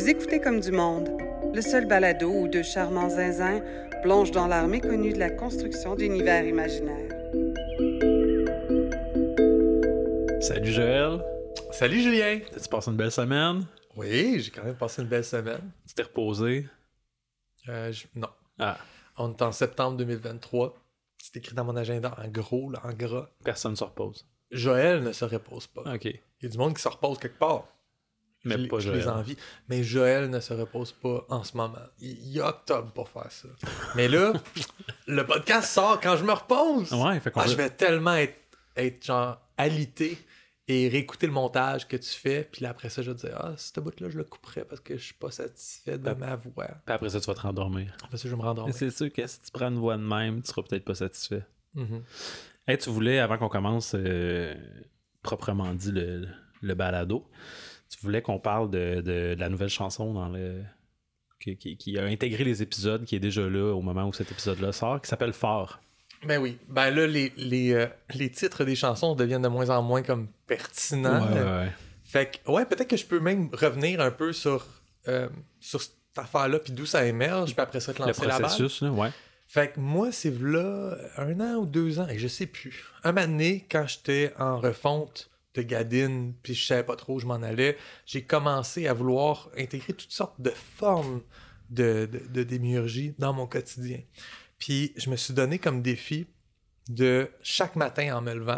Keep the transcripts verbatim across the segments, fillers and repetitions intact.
Vous écoutez Comme du monde, le seul balado où deux charmants zinzins plongent dans l'art méconnu de la construction d'univers imaginaires. Salut Joël. Salut Julien. T'as-tu passé une belle semaine? Oui, j'ai quand même passé une belle semaine. Tu t'es reposé? Euh, je... Non. Ah. On est en septembre deux mille vingt-trois. C'est écrit dans mon agenda en gros, là, en gras. Personne ne se repose. Joël ne se repose pas. OK. Il y a du monde qui se repose quelque part. Mais je, pas je Joël. les envie. Mais Joël ne se repose pas en ce moment. Il y a octobre pour faire ça. Mais là, le podcast sort quand je me repose. Ouais, fait qu'on Ah, veut- je vais tellement être, être genre alité et réécouter le montage que tu fais. Puis là, après ça, je vais te dire, ah, ce bout-là, je le couperais parce que je suis pas satisfait de ma voix. Puis après ça, tu vas te rendormir. Après ça, je vais me rendre Mais c'est sûr que si tu prends une voix de même, tu seras peut-être pas satisfait. mm Hey, tu voulais, avant qu'on commence euh, proprement dit le, le balado, tu voulais qu'on parle de, de, de la nouvelle chanson dans le qui, qui, qui a intégré les épisodes, qui est déjà là au moment où cet épisode-là sort, qui s'appelle Phare. Ben oui. Ben là, les, les, euh, les titres des chansons deviennent de moins en moins comme pertinents. Ouais, ouais, ouais. Fait que, ouais, peut-être que je peux même revenir un peu sur, euh, sur cette affaire-là, puis d'où ça émerge, puis après ça, te Le lancer la balle. processus, là, ouais. Fait que moi, c'est là un an ou deux ans, et je sais plus. Un moment donné, quand j'étais en refonte de Gadine, puis je savais pas trop où je m'en allais, j'ai commencé à vouloir intégrer toutes sortes de formes de, de, de démiurgie dans mon quotidien. Puis je me suis donné comme défi de chaque matin en me levant,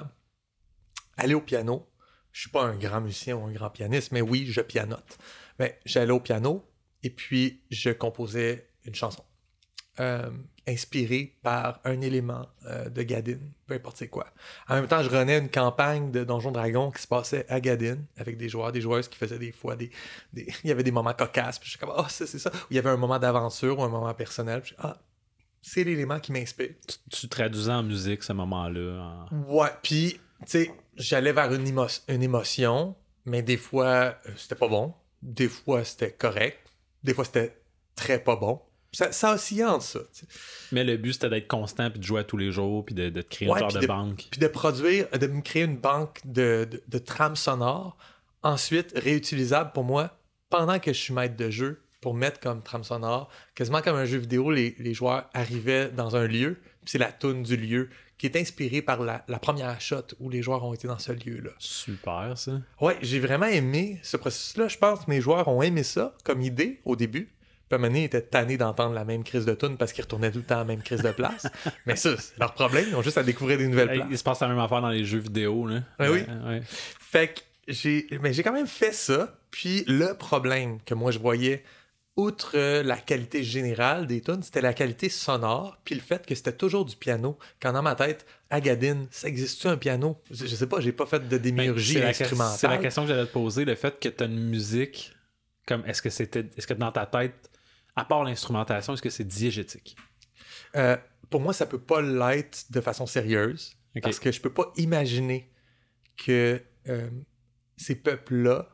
aller au piano. Je suis pas un grand musicien ou un grand pianiste, mais oui, je pianote. Mais j'allais au piano et puis je composais une chanson. Euh, inspiré par un élément euh, de Gadine, peu importe c'est quoi. En même temps, je renais une campagne de Donjons Dragons qui se passait à Gadine, avec des joueurs, des joueuses qui faisaient des fois des... des... Il y avait des moments cocasses, puis je suis comme « Ah, oh, ça, c'est ça! » Ou il y avait un moment d'aventure ou un moment personnel, puis je suis « Ah, c'est l'élément qui m'inspire. » Tu, tu traduisais en musique ce moment-là. En... Ouais, puis, tu sais, j'allais vers une, émo- une émotion, mais des fois, euh, c'était pas bon. Des fois, c'était correct. Des fois, c'était très pas bon. Ça, ça oscillait entre ça, tu sais. Mais le but, c'était d'être constant, puis de jouer à tous les jours, puis de, de te créer Ouais, une genre puis de, de- banque. Puis de produire, de me créer une banque de, de, de trames sonores, ensuite réutilisable pour moi pendant que je suis maître de jeu, pour mettre comme trame sonore, quasiment comme un jeu vidéo, les, les joueurs arrivaient dans un lieu, puis c'est la toune du lieu qui est inspirée par la, la première shot où les joueurs ont été dans ce lieu-là. Super, ça. Ouais, j'ai vraiment aimé ce processus-là. Je pense que mes joueurs ont aimé ça comme idée au début. Puis à un moment donné, ils étaient tannés d'entendre la même crise de tune parce qu'ils retournaient tout le temps à la même crise de place. Mais ça, c'est leur problème. Ils ont juste à découvrir des nouvelles Hey, places. il se passe la même affaire dans les jeux vidéo, là. Ouais, oui. Euh, ouais. Fait que j'ai, mais j'ai quand même fait ça. Puis le problème que moi je voyais, outre euh, la qualité générale des tunes, c'était la qualité sonore. Puis le fait que c'était toujours du piano. Quand dans ma tête, Agadine, ça existe-tu un piano? Je, je sais pas, j'ai pas fait de Ben, démiurgie c'est la, instrumentale. c'est la question que j'allais te poser, le fait que tu as une musique, comme est-ce que c'était. Est-ce que dans ta tête, à part l'instrumentation, est-ce que c'est diégétique? Euh, pour moi, ça peut pas l'être de façon sérieuse. Ok. Parce que je peux pas imaginer que euh, ces peuples-là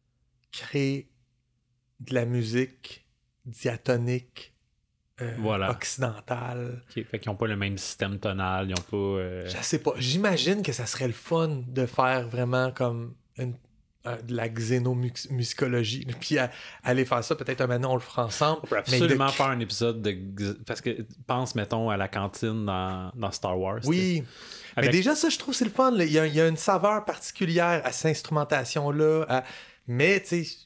créent de la musique diatonique euh, Voilà. occidentale. Ok, fait qu'ils n'ont pas le même système tonal, ils n'ont pas. euh, Je sais pas. J'imagine que ça serait le fun de faire vraiment comme une, euh, de la xénomusicologie. Puis à- aller faire ça, peut-être un moment on le fera ensemble. On peut mais de- absolument faire un épisode de. Parce que pense, mettons, à la cantine dans, dans Star Wars. Oui. Avec- Mais déjà, ça, je trouve que c'est le fun. là. Il y, a, il y a une saveur particulière à cette instrumentation-là. à- Mais, tu sais,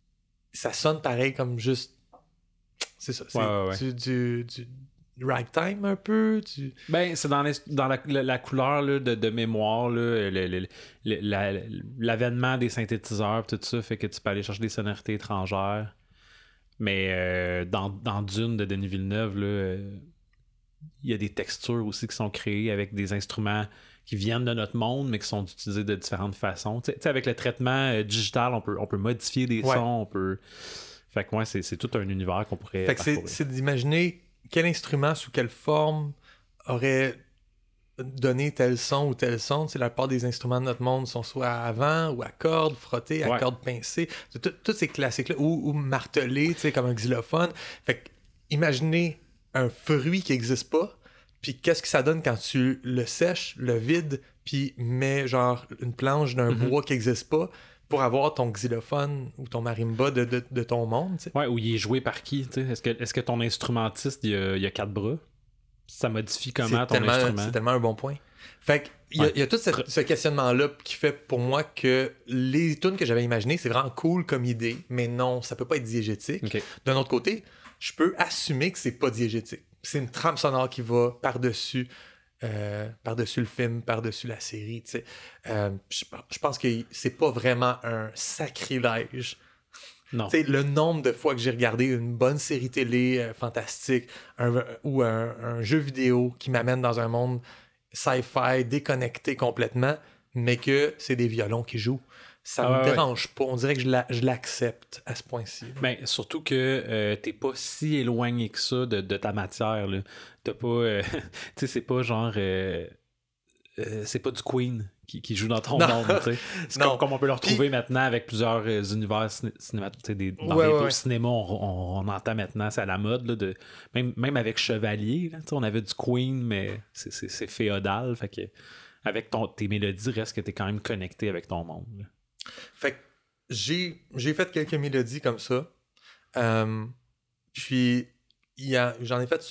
ça sonne pareil comme juste... C'est ça. C'est Ouais, ouais, ouais. Du, du, du ragtime un peu. Du... Ben, c'est dans, les- dans la, la- la couleur là, de, de mémoire, là, le- le- le- la- l'avènement des synthétiseurs, tout ça, fait que tu peux aller chercher des sonorités étrangères. Mais euh, dans, dans Dune de Denis Villeneuve, là, euh, il y a des textures aussi qui sont créées avec des instruments qui viennent de notre monde, mais qui sont utilisés de différentes façons. Tu sais, tu sais, avec le traitement euh, digital, on peut, on peut modifier des Ouais. sons, on peut... Fait que ouais, c'est, c'est tout un univers qu'on pourrait Fait que c'est, parcourir. c'est d'imaginer quel instrument, sous quelle forme aurait donné tel son ou tel son. Tu sais, la plupart des instruments de notre monde sont soit à vent ou à cordes frottées, à Ouais. cordes pincées. C'est tout- Tous ces classiques-là. Ou, ou martelés, tu sais, comme un xylophone. Fait que imaginez un fruit qui n'existe pas, puis qu'est-ce que ça donne quand tu le sèches, le vides, puis mets genre une planche d'un Mhm. bois qui n'existe pas, pour avoir ton xylophone ou ton marimba de, de, de ton monde. T'sais. Ouais, ou il est joué par qui, tu sais? Est-ce que, est-ce que ton instrumentiste, il a, il a quatre bras? Ça modifie comment c'est ton tellement, instrument? C'est tellement un bon point. Fait qu'il y a, Ouais. il y a tout cette, ce questionnement-là qui fait pour moi que les tunes que j'avais imaginées, c'est vraiment cool comme idée, mais non, ça peut pas être diégétique. Ok. D'un autre côté, je peux assumer que c'est pas diégétique. C'est une trame sonore qui va par-dessus euh, par-dessus le film, par-dessus la série. Tu sais. Euh, je, je pense que c'est pas vraiment un sacrilège. Non. Tu sais, le nombre de fois que j'ai regardé une bonne série télé euh, fantastique un, ou un, un jeu vidéo qui m'amène dans un monde sci-fi déconnecté complètement, mais que c'est des violons qui jouent. Ça Ah me ouais, ouais. dérange pas. On dirait que je, la, je l'accepte à ce point-ci. Ben, surtout que euh, t'es pas si éloigné que ça de, de ta matière. Là. T'as pas. euh, tu sais, c'est pas genre. euh, euh, c'est pas du Queen qui, qui joue dans ton Non. monde. tu sais. C'est Non. comme, comme on peut le retrouver Puis- maintenant avec plusieurs euh, univers ciné- cinéma. tu sais, Des, dans Ouais, les ouais, au ouais. cinéma, on, on, on entend maintenant, c'est à la mode. Là, de, même, même avec Chevalier, là, tu sais, on avait du Queen, mais c'est, c'est, c'est féodal. Fait que avec ton, tes mélodies, reste que t'es quand même connecté avec ton monde. Là. Fait que j'ai, j'ai fait quelques mélodies comme ça. Euh, puis, il y a, j'en ai fait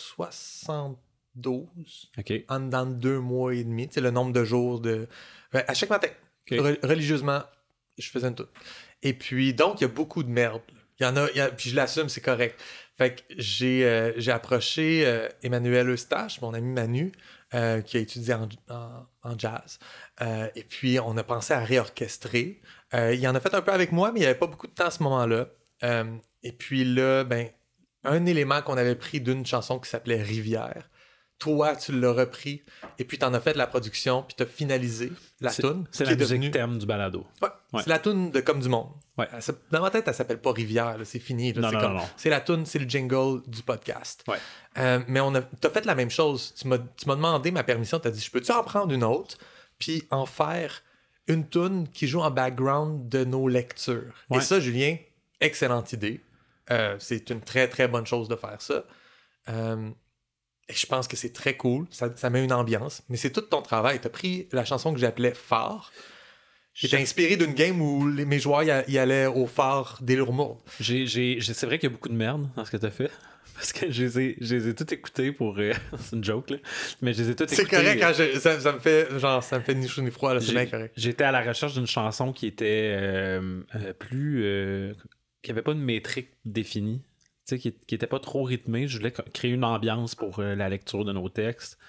soixante-douze OK. en dans deux mois et demi. Tu sais, le nombre de jours de... Ben, à chaque matin, OK. re- religieusement, je faisais une toute. Et puis, donc, il y a beaucoup de merde. Il y en a, il y a- puis je l'assume, c'est correct. Fait que j'ai, euh, j'ai approché euh, Emmanuel Eustache, mon ami Manu, euh, qui a étudié en, en- en jazz. Euh, et puis, on a pensé à réorchestrer. Euh, il en a fait un peu avec moi, mais il n'y avait pas beaucoup de temps à ce moment-là. Euh, et puis là, ben, un élément qu'on avait pris d'une chanson qui s'appelait Rivière, toi, tu l'as repris, et puis tu en as fait de la production, puis tu as finalisé la C'est, toune. c'est qui la est musique devenue- thème du balado. Ouais, Ouais. c'est la toune de Comme du Monde. Ouais. Elle s'app- Dans ma tête, elle s'appelle pas Rivière, là, c'est fini. là, Non, c'est, non, comme- non, non. c'est la toune, c'est le jingle du podcast. Ouais. Euh, mais on a, t'as fait la même chose. Tu m'as, tu m'as demandé ma permission, t'as dit, je peux-tu en prendre une autre, puis en faire une toune qui joue en background de nos lectures. Ouais. Et ça, Julien, excellente idée. Euh, c'est une très, très bonne chose de faire ça. Euh, et je pense que c'est très cool. Ça, ça met une ambiance. Mais c'est tout ton travail. Tu as pris la chanson que j'appelais Phare, qui était inspirée d'une game où les, mes joueurs y, a- y allaient au phare des Lourdes. J'ai, j'ai, j'ai- c'est vrai qu'il y a beaucoup de merde dans ce que t'as fait. Parce que je les ai, je les ai tous écoutés pour. euh, c'est une joke, là. Mais je les ai tous C'est écoutés. correct quand je- ça, ça me fait genre ça me fait ni chaud ni froid, là, c'est J'ai- bien correct. J'étais à la recherche d'une chanson qui était euh, euh, plus. euh, qui avait pas une métrique définie. Tu sais, qui, qui était pas trop rythmée. Je voulais créer une ambiance pour euh, la lecture de nos textes.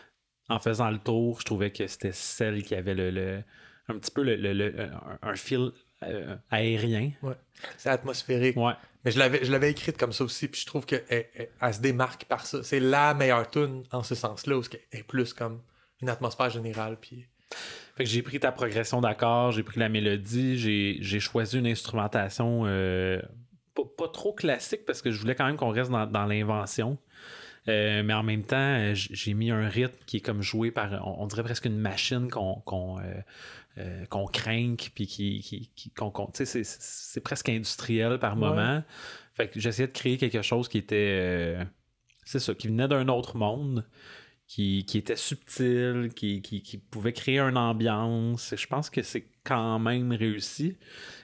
En faisant le tour, je trouvais que c'était celle qui avait le, le- un petit peu le, le- le- un, un fil euh, aérien. C'est atmosphérique. Ouais. Mais je l'avais je l'avais écrite comme ça aussi, puis je trouve qu'elle elle, elle se démarque par ça. C'est la meilleure tune en ce sens-là, où elle est plus comme une atmosphère générale, puis Fait que j'ai pris ta progression d'accords, j'ai pris la mélodie, j'ai, j'ai choisi une instrumentation euh, pas, pas trop classique parce que je voulais quand même qu'on reste dans, dans l'invention. Euh, mais en même temps, euh, j- j'ai mis un rythme qui est comme joué par, on, on dirait presque une machine qu'on, qu'on, euh, euh, qu'on crank, puis qui, qui, qui- qu'on, qu'on- tu sais, c'est, c'est presque industriel par moment. Fait que j'essayais de créer quelque chose qui était, euh, c'est ça, qui venait d'un autre monde. Qui, qui était subtil, qui, qui, qui pouvait créer une ambiance. Je pense que c'est quand même réussi.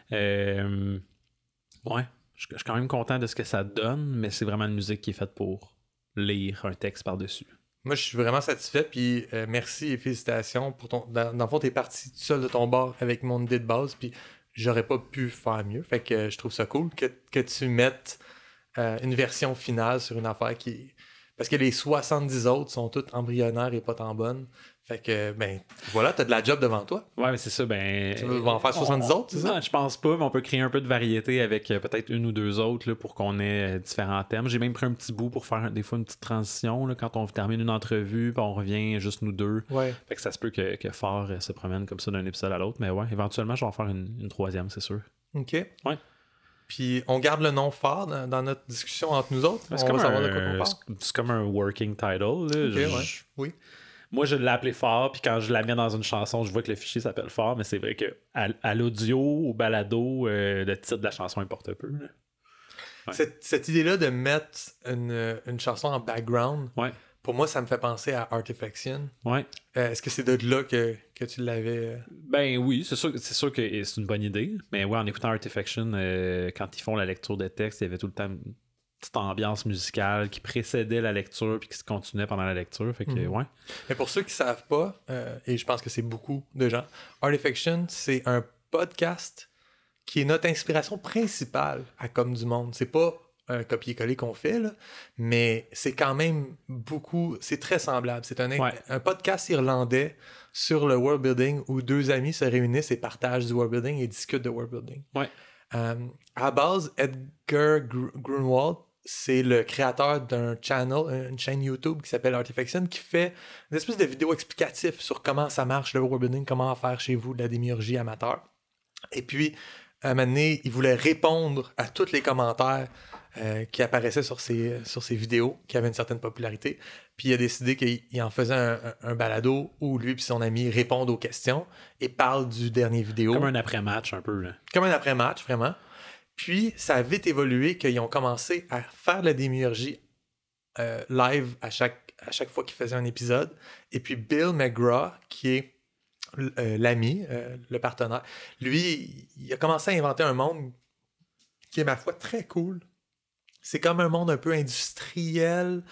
Euh, ouais, je, je suis quand même content de ce que ça donne, mais c'est vraiment une musique qui est faite pour lire un texte par-dessus. moi je suis vraiment satisfait, puis euh, merci et félicitations pour ton. Dans, dans le fond, t'es parti tout seul de ton bord avec mon idée de base, puis j'aurais pas pu faire mieux. Fait que euh, je trouve ça cool que, que tu mettes euh, une version finale sur une affaire qui. Parce que les soixante-dix autres sont toutes embryonnaires et pas tant bonnes. Fait que, ben, voilà, t'as de la job devant toi. Ouais, mais c'est ça, ben... Tu vas en faire soixante-dix on- autres, c'est ça? Non, je pense pas, mais on peut créer un peu de variété avec euh, peut-être une ou deux autres là, pour qu'on ait euh, différents thèmes. J'ai même pris un petit bout pour faire des fois une petite transition là, quand on termine une entrevue, puis on revient juste nous deux. Ouais. Fait que ça se peut que, que Fort euh, se promène comme ça d'un épisode à l'autre, mais ouais, éventuellement, je vais en faire une, une troisième, c'est sûr. OK. Ouais. Puis on garde le nom phare dans, dans notre discussion entre nous autres. C'est on comme, va savoir de quoi un, on parle. c'est- c'est comme un working title. Là. OK, Je- ouais. Oui. Moi, je l'ai appelé Fort, puis quand je la mets dans une chanson, je vois que le fichier s'appelle Fort, mais c'est vrai que à, à l'audio, au balado, euh, le titre de la chanson importe peu. Là. Ouais. Cette, cette idée-là de mettre une, une chanson en background, Ouais. Pour moi, ça me fait penser à Artifaction. Ouais. Euh, est-ce que c'est de là que, que tu l'avais... Ben oui, c'est sûr, c'est sûr que c'est une bonne idée. Mais ouais, en écoutant Artifaction, euh, quand ils font la lecture de texte, il y avait tout le temps une petite ambiance musicale qui précédait la lecture puis qui se continuait pendant la lecture. Fait que, Mhm. ouais. Mais pour ceux qui ne savent pas, euh, et je pense que c'est beaucoup de gens, Artifaction, c'est un podcast qui est notre inspiration principale à Comme du Monde. C'est pas un copier-coller qu'on fait, là, mais c'est quand même beaucoup, c'est très semblable. C'est un, Ouais. un podcast irlandais sur le world building où deux amis se réunissent et partagent du world building et discutent de world building. Ouais. Euh, à la base, Edgar Gr- Grunwald, c'est le créateur d'un channel, une chaîne YouTube qui s'appelle Artifaction, qui fait une espèce de vidéo explicative sur comment ça marche le world building, comment faire chez vous de la démiurgie amateur. Et puis, à un moment donné, il voulait répondre à tous les commentaires euh, qui apparaissaient sur ses, sur ses vidéos, qui avaient une certaine popularité. Puis il a décidé qu'il il en faisait un, un, un balado où lui et son ami répondent aux questions et parlent du dernier vidéo. Comme un après-match, un peu. Là. Comme un après-match, vraiment. Puis, ça a vite évolué qu'ils ont commencé à faire de la démiurgie euh, live à chaque, à chaque fois qu'ils faisaient un épisode. Et puis, Bill McGraw, qui est euh, l'ami, euh, le partenaire, lui, il a commencé à inventer un monde qui est, ma foi, très cool. C'est comme un monde un peu industriel,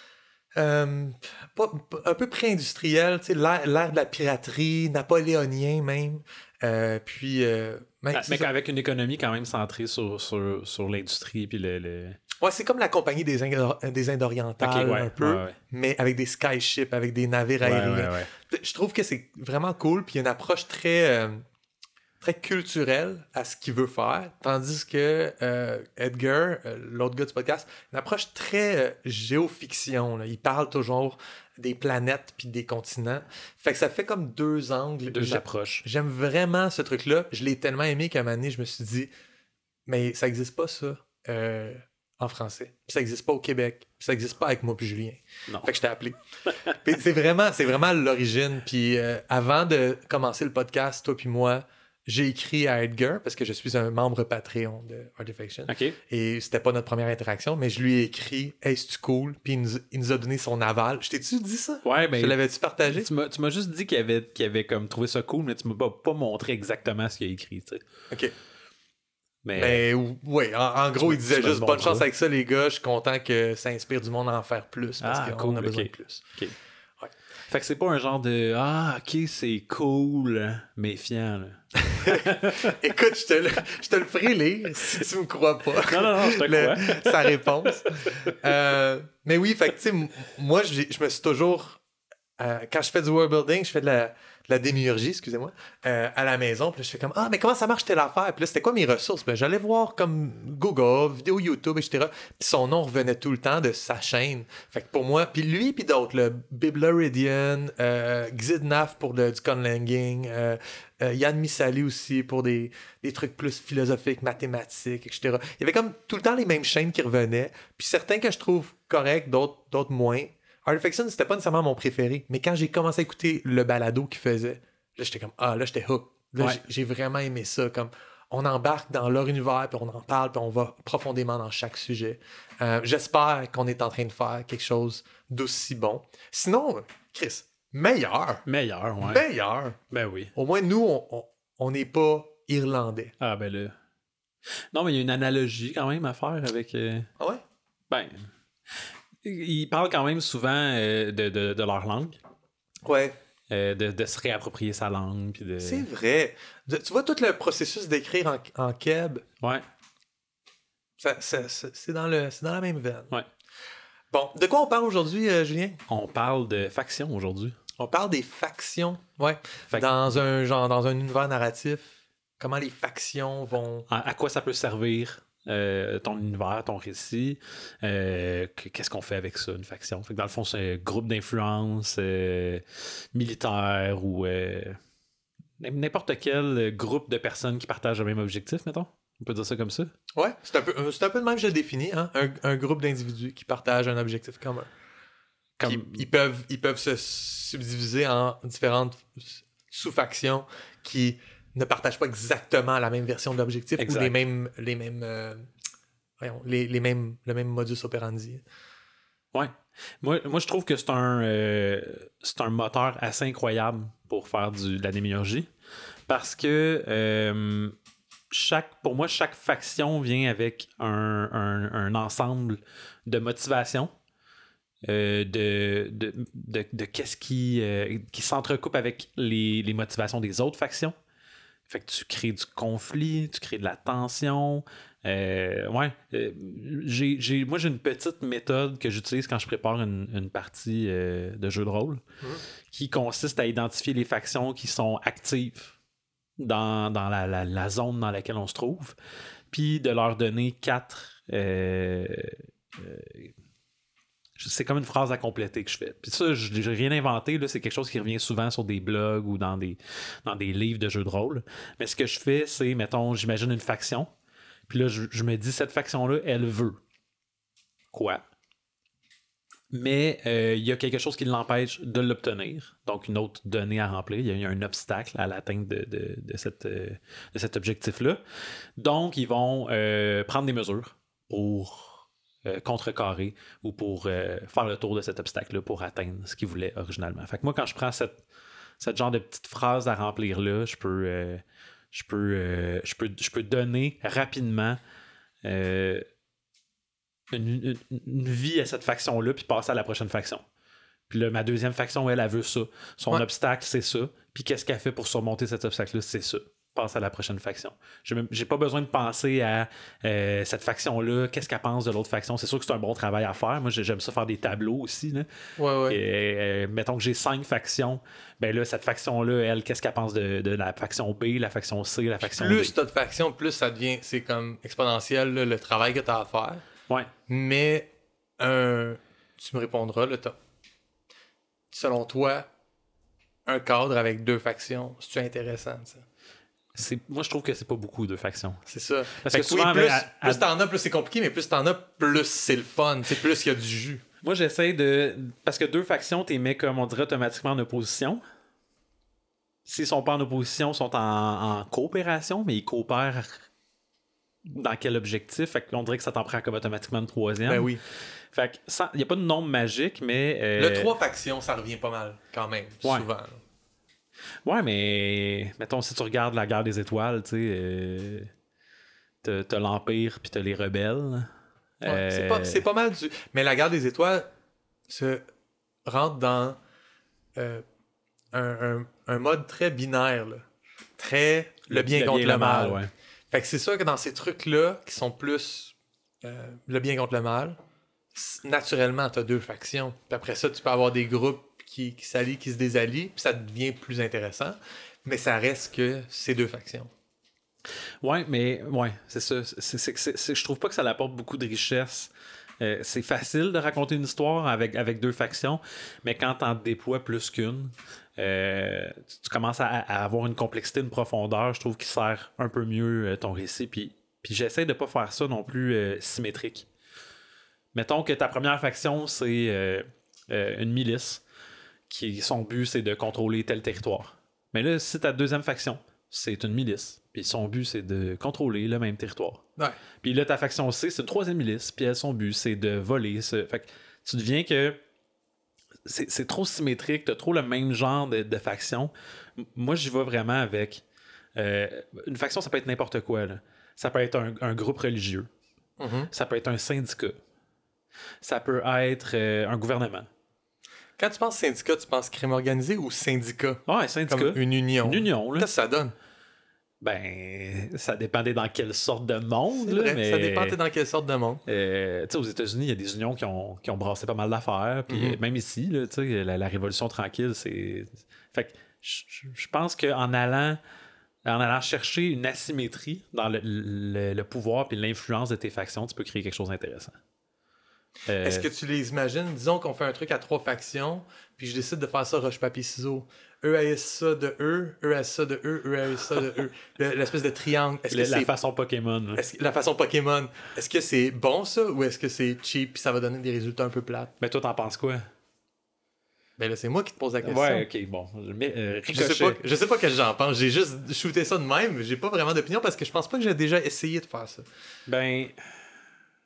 euh, pas, un peu pré-industriel, tu sais, l'ère, l'ère de la piraterie, napoléonien même. Euh, puis... Euh, Ah, mais avec une économie quand même centrée sur, sur, sur l'industrie puis le, le... Ouais, c'est comme la compagnie des Indes, des Indes orientales, okay, ouais, un peu, ouais, ouais. mais avec des skyships, avec des navires ouais, aériens. Ouais, ouais. Je trouve que c'est vraiment cool, puis il y a une approche très, euh, très culturelle à ce qu'il veut faire, tandis que euh, Edgar, euh, l'autre gars du podcast, une approche très euh, géofiction. Là. Il parle toujours des planètes puis des continents. Fait que ça fait comme deux angles. Deux J'a- approches. J'aime vraiment ce truc-là. Je l'ai tellement aimé qu'à un moment donné, je me suis dit, mais ça n'existe pas, ça, euh, en français. Puis ça n'existe pas au Québec. Puis ça n'existe pas avec moi puis Julien. Non. Fait que je t'ai appelé. Puis c'est vraiment, c'est vraiment l'origine. Puis euh, avant de commencer le podcast, toi puis moi, j'ai écrit à Edgar, parce que je suis un membre Patreon de Artifaction. OK. Et c'était pas notre première interaction, mais je lui ai écrit « Hey, c'est-tu cool? » Puis il nous, il nous a donné son aval. Je t'ai-tu dit ça? Ouais, ben... Je l'avais-tu partagé? Tu m'as, tu m'as juste dit qu'il avait, qu'il avait comme trouvé ça cool, mais tu m'as pas, pas montré exactement ce qu'il a écrit, tu sais. OK. Mais... Mais oui, en, en gros, il disait tu me juste le bonne montreras. chance avec ça, les gars. Je suis content que ça inspire du monde à en faire plus parce Ah, qu'on cool, a besoin ok. de plus. OK. Ouais. Fait que c'est pas un genre de « Ah, OK, c'est cool, méfiant, là. » Écoute, je te, le, je te le ferai lire si tu me crois pas. Non, non, non, je te Le- crois. sa réponse. Euh, mais oui, fait que, tu sais, m- moi, j'ai- je me suis toujours. euh, quand je fais du world building, je fais de la, de la démiurgie, excusez-moi, euh, à la maison. Puis là, je fais comme Ah, mais comment ça marche telle affaire? Puis là, c'était quoi mes ressources? Puis là, j'allais voir comme Google, vidéo YouTube, et cetera. Puis son nom revenait tout le temps de sa chaîne. Fait que pour moi, puis lui, puis d'autres, le Bibloridian, euh, Xidnaf pour le, du conlanging, euh, euh, Yann Misali aussi pour des, des trucs plus philosophiques, mathématiques, et cetera. Il y avait comme tout le temps les mêmes chaînes qui revenaient. Puis certains que je trouve corrects, d'autres, d'autres moins. Artifaction, c'était pas nécessairement mon préféré, mais quand j'ai commencé à écouter le balado qu'il faisait, là, j'étais comme, ah, là, j'étais hook. Là, Ouais. j'ai, j'ai vraiment aimé ça. Comme, on embarque dans leur univers, puis on en parle, puis on va profondément dans chaque sujet. Euh, j'espère qu'on est en train de faire quelque chose d'aussi bon. Sinon, Chris, meilleur. Meilleur, ouais. Meilleur. Ben oui. Au moins, nous, on- on on n'est pas irlandais. Ah, ben là... Non, mais il y a une analogie quand même à faire avec... euh, Ah ouais? Ben... Ils parlent quand même souvent euh, de, de, de leur langue, Ouais. euh, de, de se réapproprier sa langue, puis de... C'est vrai. De- tu vois tout le processus d'écrire en, en keb, Ouais. ça, ça- ça- c'est, dans le, c'est dans la même veine. Ouais. Bon, de quoi on parle aujourd'hui, euh, Julien? On parle de faction aujourd'hui. On parle des factions. Ouais. Fait que- Dans un genre, dans un univers narratif, comment les factions vont. À, à quoi ça peut servir euh, ton univers, ton récit, euh, que- qu'est-ce qu'on fait avec ça, une faction. Fait que dans le fond, c'est un groupe d'influence euh, militaire ou euh, n'importe quel groupe de personnes qui partagent le même objectif, mettons. On peut dire ça comme ça. Ouais, c'est un peu, euh, c'est un peu le même que je le définis, hein? un, un groupe d'individus qui partagent un objectif commun. Comme... Puis ils peuvent, ils peuvent se subdiviser en différentes sous-factions qui ne partagent pas exactement la même version de l'objectif Exact. ou les mêmes, les mêmes, euh, voyons, les, les mêmes, le même modus operandi. Ouais. Moi, moi, je trouve que c'est un, euh, c'est un moteur assez incroyable pour faire du, de la démiurgie. Parce que euh, chaque, pour moi, chaque faction vient avec un, un, un ensemble de motivations. Euh, de, de, de, de qu'est-ce qui, euh, qui s'entrecoupe avec les, les motivations des autres factions. Fait que tu crées du conflit, tu crées de la tension. Euh, ouais. Euh, j'ai, j'ai, moi, j'ai une petite méthode que j'utilise quand je prépare une, une partie euh, de jeu de rôle mmh. qui consiste à identifier les factions qui sont actives dans, dans la, la, la zone dans laquelle on se trouve, puis de leur donner quatre. Euh, euh, c'est comme une phrase à compléter que je fais. Puis ça, je n'ai rien inventé, là, c'est quelque chose qui revient souvent sur des blogs ou dans des, dans des livres de jeux de rôle. Mais ce que je fais, c'est, mettons, j'imagine une faction, puis là, je, je me dis, cette faction-là, elle veut quoi? Mais il euh, y a quelque chose qui l'empêche de l'obtenir. Donc, une autre donnée à remplir. Il y, y a un obstacle à l'atteinte de, de, de, cette, euh, de cet objectif-là. Donc, ils vont euh, prendre des mesures pour euh, contrecarrer ou pour euh, faire le tour de cet obstacle-là pour atteindre ce qu'ils voulaient originalement. Fait que moi, quand je prends cette, cette genre de petite phrase à remplir-là, je peux, euh, je peux, euh, je peux, je peux donner rapidement... Euh, Une, une, une vie à cette faction-là, puis passer à la prochaine faction. Puis là, ma deuxième faction, elle, elle veut ça. Son ouais. obstacle, c'est ça. Puis qu'est-ce qu'elle fait pour surmonter cet obstacle-là? C'est ça. Passe à la prochaine faction. J'ai, même, j'ai pas besoin de penser à euh, cette faction-là, qu'est-ce qu'elle pense de l'autre faction. C'est sûr que c'est un bon travail à faire. Moi, j'aime ça faire des tableaux aussi. Là. Ouais, ouais. Et, euh, mettons que j'ai cinq factions. Ben là, cette faction-là, elle, qu'est-ce qu'elle pense de, de la faction B, la faction C, la faction plus D? Plus t'as de factions, plus ça devient, c'est comme exponentiel, là, le travail que t'as à faire. Ouais. Mais un, tu me répondras, là, t'as, selon toi, un cadre avec deux factions, c'est intéressant, ça? C'est, moi, je trouve que c'est pas beaucoup, deux factions. C'est ça. Parce fait que, que souvent, oui, plus, à, à... plus t'en as, plus c'est compliqué, mais plus t'en as, plus c'est le fun. C'est plus il y a du jus. Moi, j'essaie de... Parce que deux factions, t'es mets, comme on dirait, automatiquement en opposition. S'ils sont pas en opposition, ils sont en, en coopération, mais ils coopèrent... Dans quel objectif? Fait qu'on dirait que ça t'en prend comme automatiquement une troisième. Ben oui. Fait que il n'y a pas de nombre magique, mais... Euh... Le trois factions, ça revient pas mal, quand même, ouais. souvent. Ouais, mais... Mettons, si tu regardes la guerre des étoiles, tu sais... Euh... T'as, t'as l'Empire, puis t'as les rebelles. Ouais, euh... c'est, pas, c'est pas mal du... Mais la guerre des étoiles se rentre dans euh, un, un, un mode très binaire, là. Très le bien le contre bien le mal. mal ouais. Fait que c'est sûr que dans ces trucs-là, qui sont plus euh, le bien contre le mal, naturellement, t'as deux factions. Puis après ça, tu peux avoir des groupes qui, qui s'allient, qui se désallient, puis ça devient plus intéressant. Mais ça reste que c'est deux factions. Ouais, mais ouais, c'est ça. C'est, c'est, c'est, c'est, je trouve pas que ça apporte beaucoup de richesse. Euh, c'est facile de raconter une histoire avec, avec deux factions, mais quand t'en déploies plus qu'une, euh, tu, tu commences à, à avoir une complexité, une profondeur, je trouve, qui sert un peu mieux euh, ton récit. Puis, puis j'essaie de pas faire ça non plus euh, symétrique. Mettons que ta première faction, c'est euh, euh, une milice, qui son but, c'est de contrôler tel territoire. Mais là, si ta deuxième faction, c'est une milice, puis son but, c'est de contrôler le même territoire. Ouais. Puis là, ta faction C, c'est une troisième milice, puis elle, son but, c'est de voler. Ce... Fait que tu deviens que c'est, c'est trop symétrique, t'as trop le même genre de, de faction. Moi, j'y vais vraiment avec... Euh, une faction, ça peut être n'importe quoi. Là. Ça peut être un, un groupe religieux. Mm-hmm. Ça peut être un syndicat. Ça peut être euh, un gouvernement. Quand tu penses syndicat, tu penses crime organisé ou syndicat? Ouais, syndicat. Comme une union. Une union, là. Qu'est-ce que ça donne? Ben, ça dépendait dans quelle sorte de monde. C'est vrai, là, mais... ça dépendait dans quelle sorte de monde. Euh, tu sais, aux États-Unis, il y a des unions qui ont, qui ont brassé pas mal d'affaires. Puis mm-hmm. même ici, là, tu sais, la, la Révolution tranquille, c'est... Fait que je pense qu'en allant, en allant chercher une asymétrie dans le, le, le pouvoir et l'influence de tes factions, tu peux créer quelque chose d'intéressant. Euh... Est-ce que tu les imagines? Disons qu'on fait un truc à trois factions, puis je décide de faire ça roche-papier-ciseaux. Eux haïssent ça de eux, eux haïssent ça de eux, eux haïssent ça de eux. Le, l'espèce de triangle. Est-ce que le, c'est... La façon Pokémon. Est-ce que... La façon Pokémon. Est-ce que c'est bon ça, ou est-ce que c'est cheap puis ça va donner des résultats un peu plates? Mais toi, t'en penses quoi? Ben là, c'est moi qui te pose la question. Ouais, ok, bon. Mais, euh, je, sais pas, je sais pas que j'en pense. J'ai juste shooté ça de même. J'ai pas vraiment d'opinion parce que je pense pas que j'ai déjà essayé de faire ça. Ben...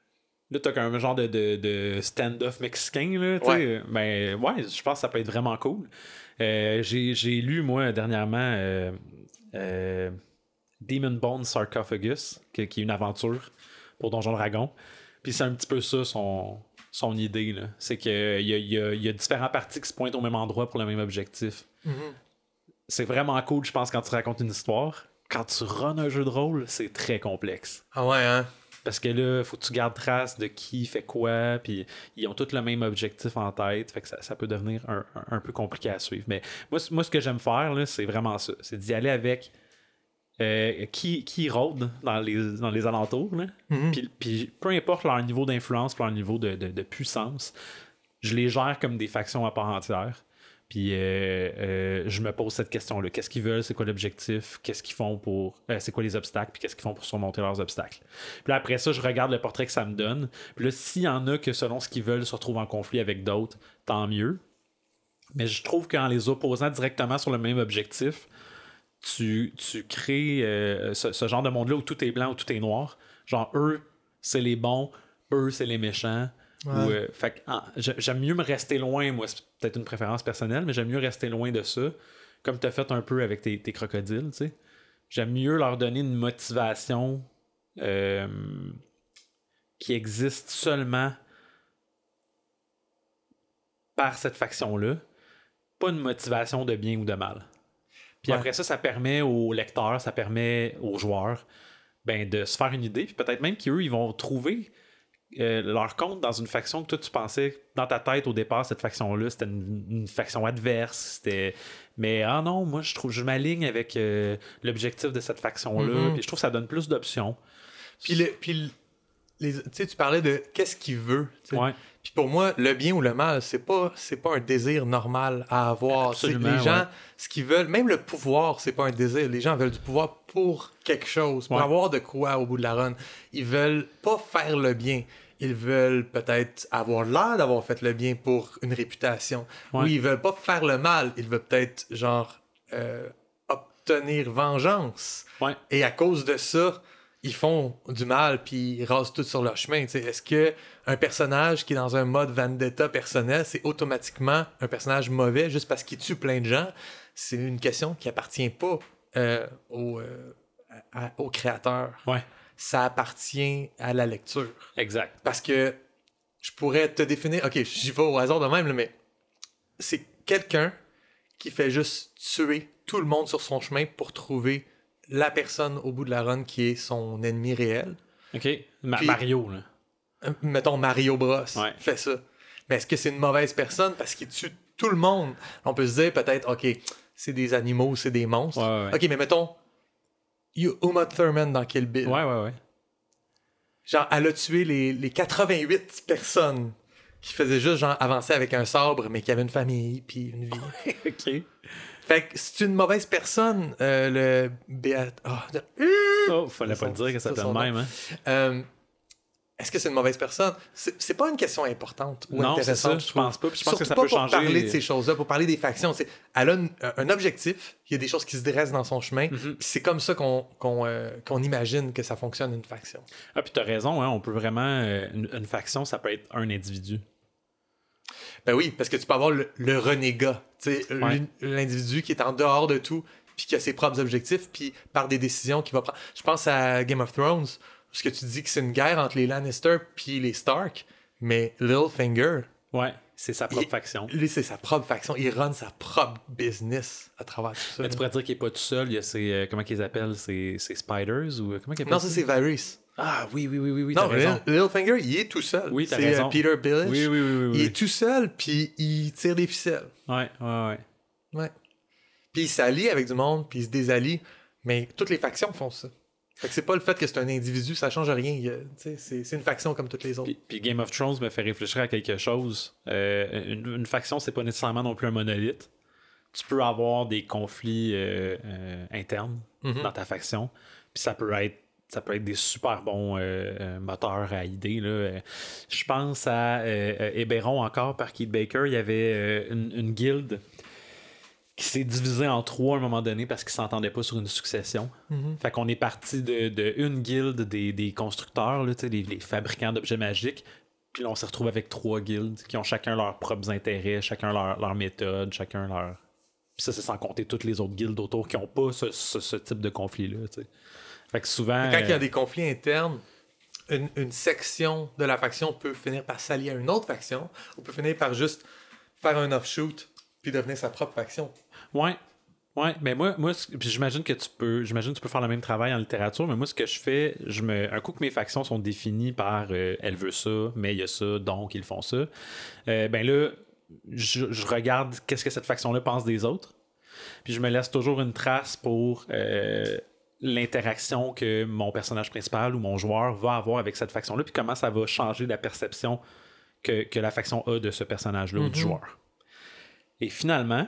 Là, t'as un genre de, de, de stand-off mexicain, là, tu sais. Ouais. Ben, ouais, je pense que ça peut être vraiment cool. Euh, j'ai, j'ai lu, moi, dernièrement, euh, euh, Demon Bone Sarcophagus, qui, qui est une aventure pour Donjon Dragon. Puis c'est un petit peu ça, son, son idée, là. C'est qu'il y a, y, a, y a différents parties qui se pointent au même endroit pour le même objectif. Mm-hmm. C'est vraiment cool, je pense, quand tu racontes une histoire. Quand tu runs un jeu de rôle, c'est très complexe. Ah ouais, hein? Parce que là, faut que tu gardes trace de qui fait quoi, puis ils ont tous le même objectif en tête, fait que ça, ça peut devenir un, un, un peu compliqué à suivre. Mais moi, moi ce que j'aime faire, là, c'est vraiment ça. C'est d'y aller avec euh, qui, qui rôde dans les, dans les alentours, là. Mm-hmm. Puis, puis peu importe leur niveau d'influence, leur niveau de, de, de puissance, je les gère comme des factions à part entière. Puis euh, euh, je me pose cette question-là. Qu'est-ce qu'ils veulent? C'est quoi l'objectif? Qu'est-ce qu'ils font pour... Euh, c'est quoi les obstacles? Puis qu'est-ce qu'ils font pour surmonter leurs obstacles? Puis là, après ça, je regarde le portrait que ça me donne. Puis là, s'il y en a que selon ce qu'ils veulent se retrouvent en conflit avec d'autres, tant mieux. Mais je trouve qu'en les opposant directement sur le même objectif, tu, tu crées euh, ce, ce genre de monde-là où tout est blanc, où tout est noir. Genre, eux, c'est les bons. Eux, c'est les méchants. Ouais. Ou, euh, fait que, ah, j'aime mieux me rester loin, moi, c'est peut-être une préférence personnelle, mais j'aime mieux rester loin de ça, comme tu as fait un peu avec tes, tes crocodiles, tu sais. J'aime mieux leur donner une motivation euh, qui existe seulement par cette faction-là, pas une motivation de bien ou de mal. Puis Ouais. après ça, ça permet aux lecteurs, ça permet aux joueurs ben, de se faire une idée, puis peut-être même qu'eux, ils vont trouver Euh, leur compte dans une faction que toi tu pensais dans ta tête au départ cette faction là c'était une, une faction adverse, c'était mais ah non, moi je trouve je m'aligne avec euh, l'objectif de cette faction là, Mm-hmm. puis je trouve que ça donne plus d'options. Puis, le, puis le- les, tu sais, tu parlais de qu'est-ce qu'il veut. tu sais. Ouais. Puis pour moi, le bien ou le mal, c'est pas, c'est pas un désir normal à avoir. Tu sais, Absolument, les gens, ouais. ce qu'ils veulent, même le pouvoir, c'est pas un désir. Les gens veulent du pouvoir pour quelque chose, pour Ouais. avoir de quoi au bout de la run. Ils veulent pas faire le bien. Ils veulent peut-être avoir l'air d'avoir fait le bien pour une réputation. Ouais. Oui, ils veulent pas faire le mal. Ils veulent peut-être, genre, euh, obtenir vengeance. Ouais. Et à cause de ça, ils font du mal puis ils rasent tout sur leur chemin. T'sais. Est-ce que un personnage qui est dans un mode vendetta personnel, c'est automatiquement un personnage mauvais juste parce qu'il tue plein de gens? C'est une question qui appartient pas euh, au, euh, à- au créateur. Ouais. Ça appartient à la lecture. Exact. Parce que je pourrais te définir... Ok, j'y vais au hasard de même, là, mais c'est quelqu'un qui fait juste tuer tout le monde sur son chemin pour trouver la personne au bout de la run qui est son ennemi réel. OK. Ma- Puis- Mario, là. Euh, Mettons Mario Bros. Ouais. fait ça. Mais est-ce que c'est une mauvaise personne parce qu'il tue tout le monde? On peut se dire peut-être, ok, c'est des animaux, c'est des monstres. Ouais, ouais, ouais. Ok, mais mettons You- Uma Thurman dans Kill Bill. Ouais, ouais, ouais. Genre, elle a tué les, les quatre-vingt-huit personnes qui faisaient juste genre avancer avec un sabre, mais qui avaient une famille puis une vie. OK. Fait que c'est une mauvaise personne, euh, le Béat... Ah, de- Oh, fallait pas Son- le dire que ça ça, s'appelle son même, hein. Euh, Est-ce que c'est une mauvaise personne? C'est, c'est pas une question importante ou Non, c'est intéressante, ça, je pense pas. Puis je pense Surtout que ça pas peut pour changer. parler de ces choses-là, pour parler des factions. C'est, elle a une- un objectif, il y a des choses qui se dressent dans son chemin, Mhm. puis c'est comme ça qu'on, qu'on, euh, qu'on imagine que ça fonctionne une faction. Ah, puis t'as raison, hein, on peut vraiment... euh, une, une faction, ça peut être un individu. Ben oui, parce que tu peux avoir le, le renégat, tu sais, Ouais. l'in- l'individu qui est en dehors de tout, puis qui a ses propres objectifs, puis par des décisions qu'il va prendre. Je pense à Game of Thrones, parce que tu dis que c'est une guerre entre les Lannister puis les Stark, mais Littlefinger, Ouais, c'est sa propre Il- faction. lui, c'est sa propre faction. Il run sa propre business à travers tout ça. Mais tu là. pourrais dire qu'il est pas tout seul, il y a ses... euh, comment qu'ils appellent? Ses, ses spiders? Ou euh, comment qu'ils appellent Non, ça, c'est Varys. Ah, oui, oui, oui, oui, oui, Non, t'as raison. Lil- Littlefinger, il est tout seul. Oui, t'as c'est raison. euh, Peter Baelish. Oui, oui, oui, oui, oui. Il est tout seul, puis il tire des ficelles. Ouais, ouais, ouais. Ouais. Puis il s'allie avec du monde, puis il se désallie. Mais toutes les factions font ça. Fait que c'est pas le fait que c'est un individu, ça change rien. Il y a- tu sais, c'est, c'est une faction comme toutes les autres. Puis, puis Game of Thrones me fait réfléchir à quelque chose. Euh, une, une faction, c'est pas nécessairement non plus un monolithe. Tu peux avoir des conflits euh, euh, internes Mhm. dans ta faction. Puis ça peut être ça peut être des super bons euh, euh, moteurs à idées. Là. Euh, Je pense à euh, euh, Eberron encore par Keith Baker. Il y avait euh, une, une guilde qui s'est divisé en trois à un moment donné parce qu'ils s'entendaient pas sur une succession. Mm-hmm. Fait qu'on est parti de, de une guilde des, des constructeurs, là, les, les fabricants d'objets magiques. Puis là, on s'est retrouvé avec trois guildes qui ont chacun leurs propres intérêts, chacun leur, leur méthode, chacun leur... Puis ça, c'est sans compter toutes les autres guildes autour qui n'ont pas ce, ce, ce type de conflit-là. T'sais. Fait que souvent... Mais quand euh... il y a des conflits internes, une, une section de la faction peut finir par s'allier à une autre faction, ou peut finir par juste faire un offshoot puis devenir sa propre faction. Ouais. Ouais, mais moi, moi puis j'imagine que tu peux j'imagine que tu peux faire le même travail en littérature, mais moi, ce que je fais, je me un coup que mes factions sont définies par euh, elle veut ça, mais il y a ça, donc ils font ça, euh, ben là, je, je regarde qu'est-ce que cette faction-là pense des autres, puis je me laisse toujours une trace pour euh, l'interaction que mon personnage principal ou mon joueur va avoir avec cette faction-là, puis comment ça va changer la perception que, que la faction a de ce personnage-là mm-hmm. ou du joueur. Et finalement,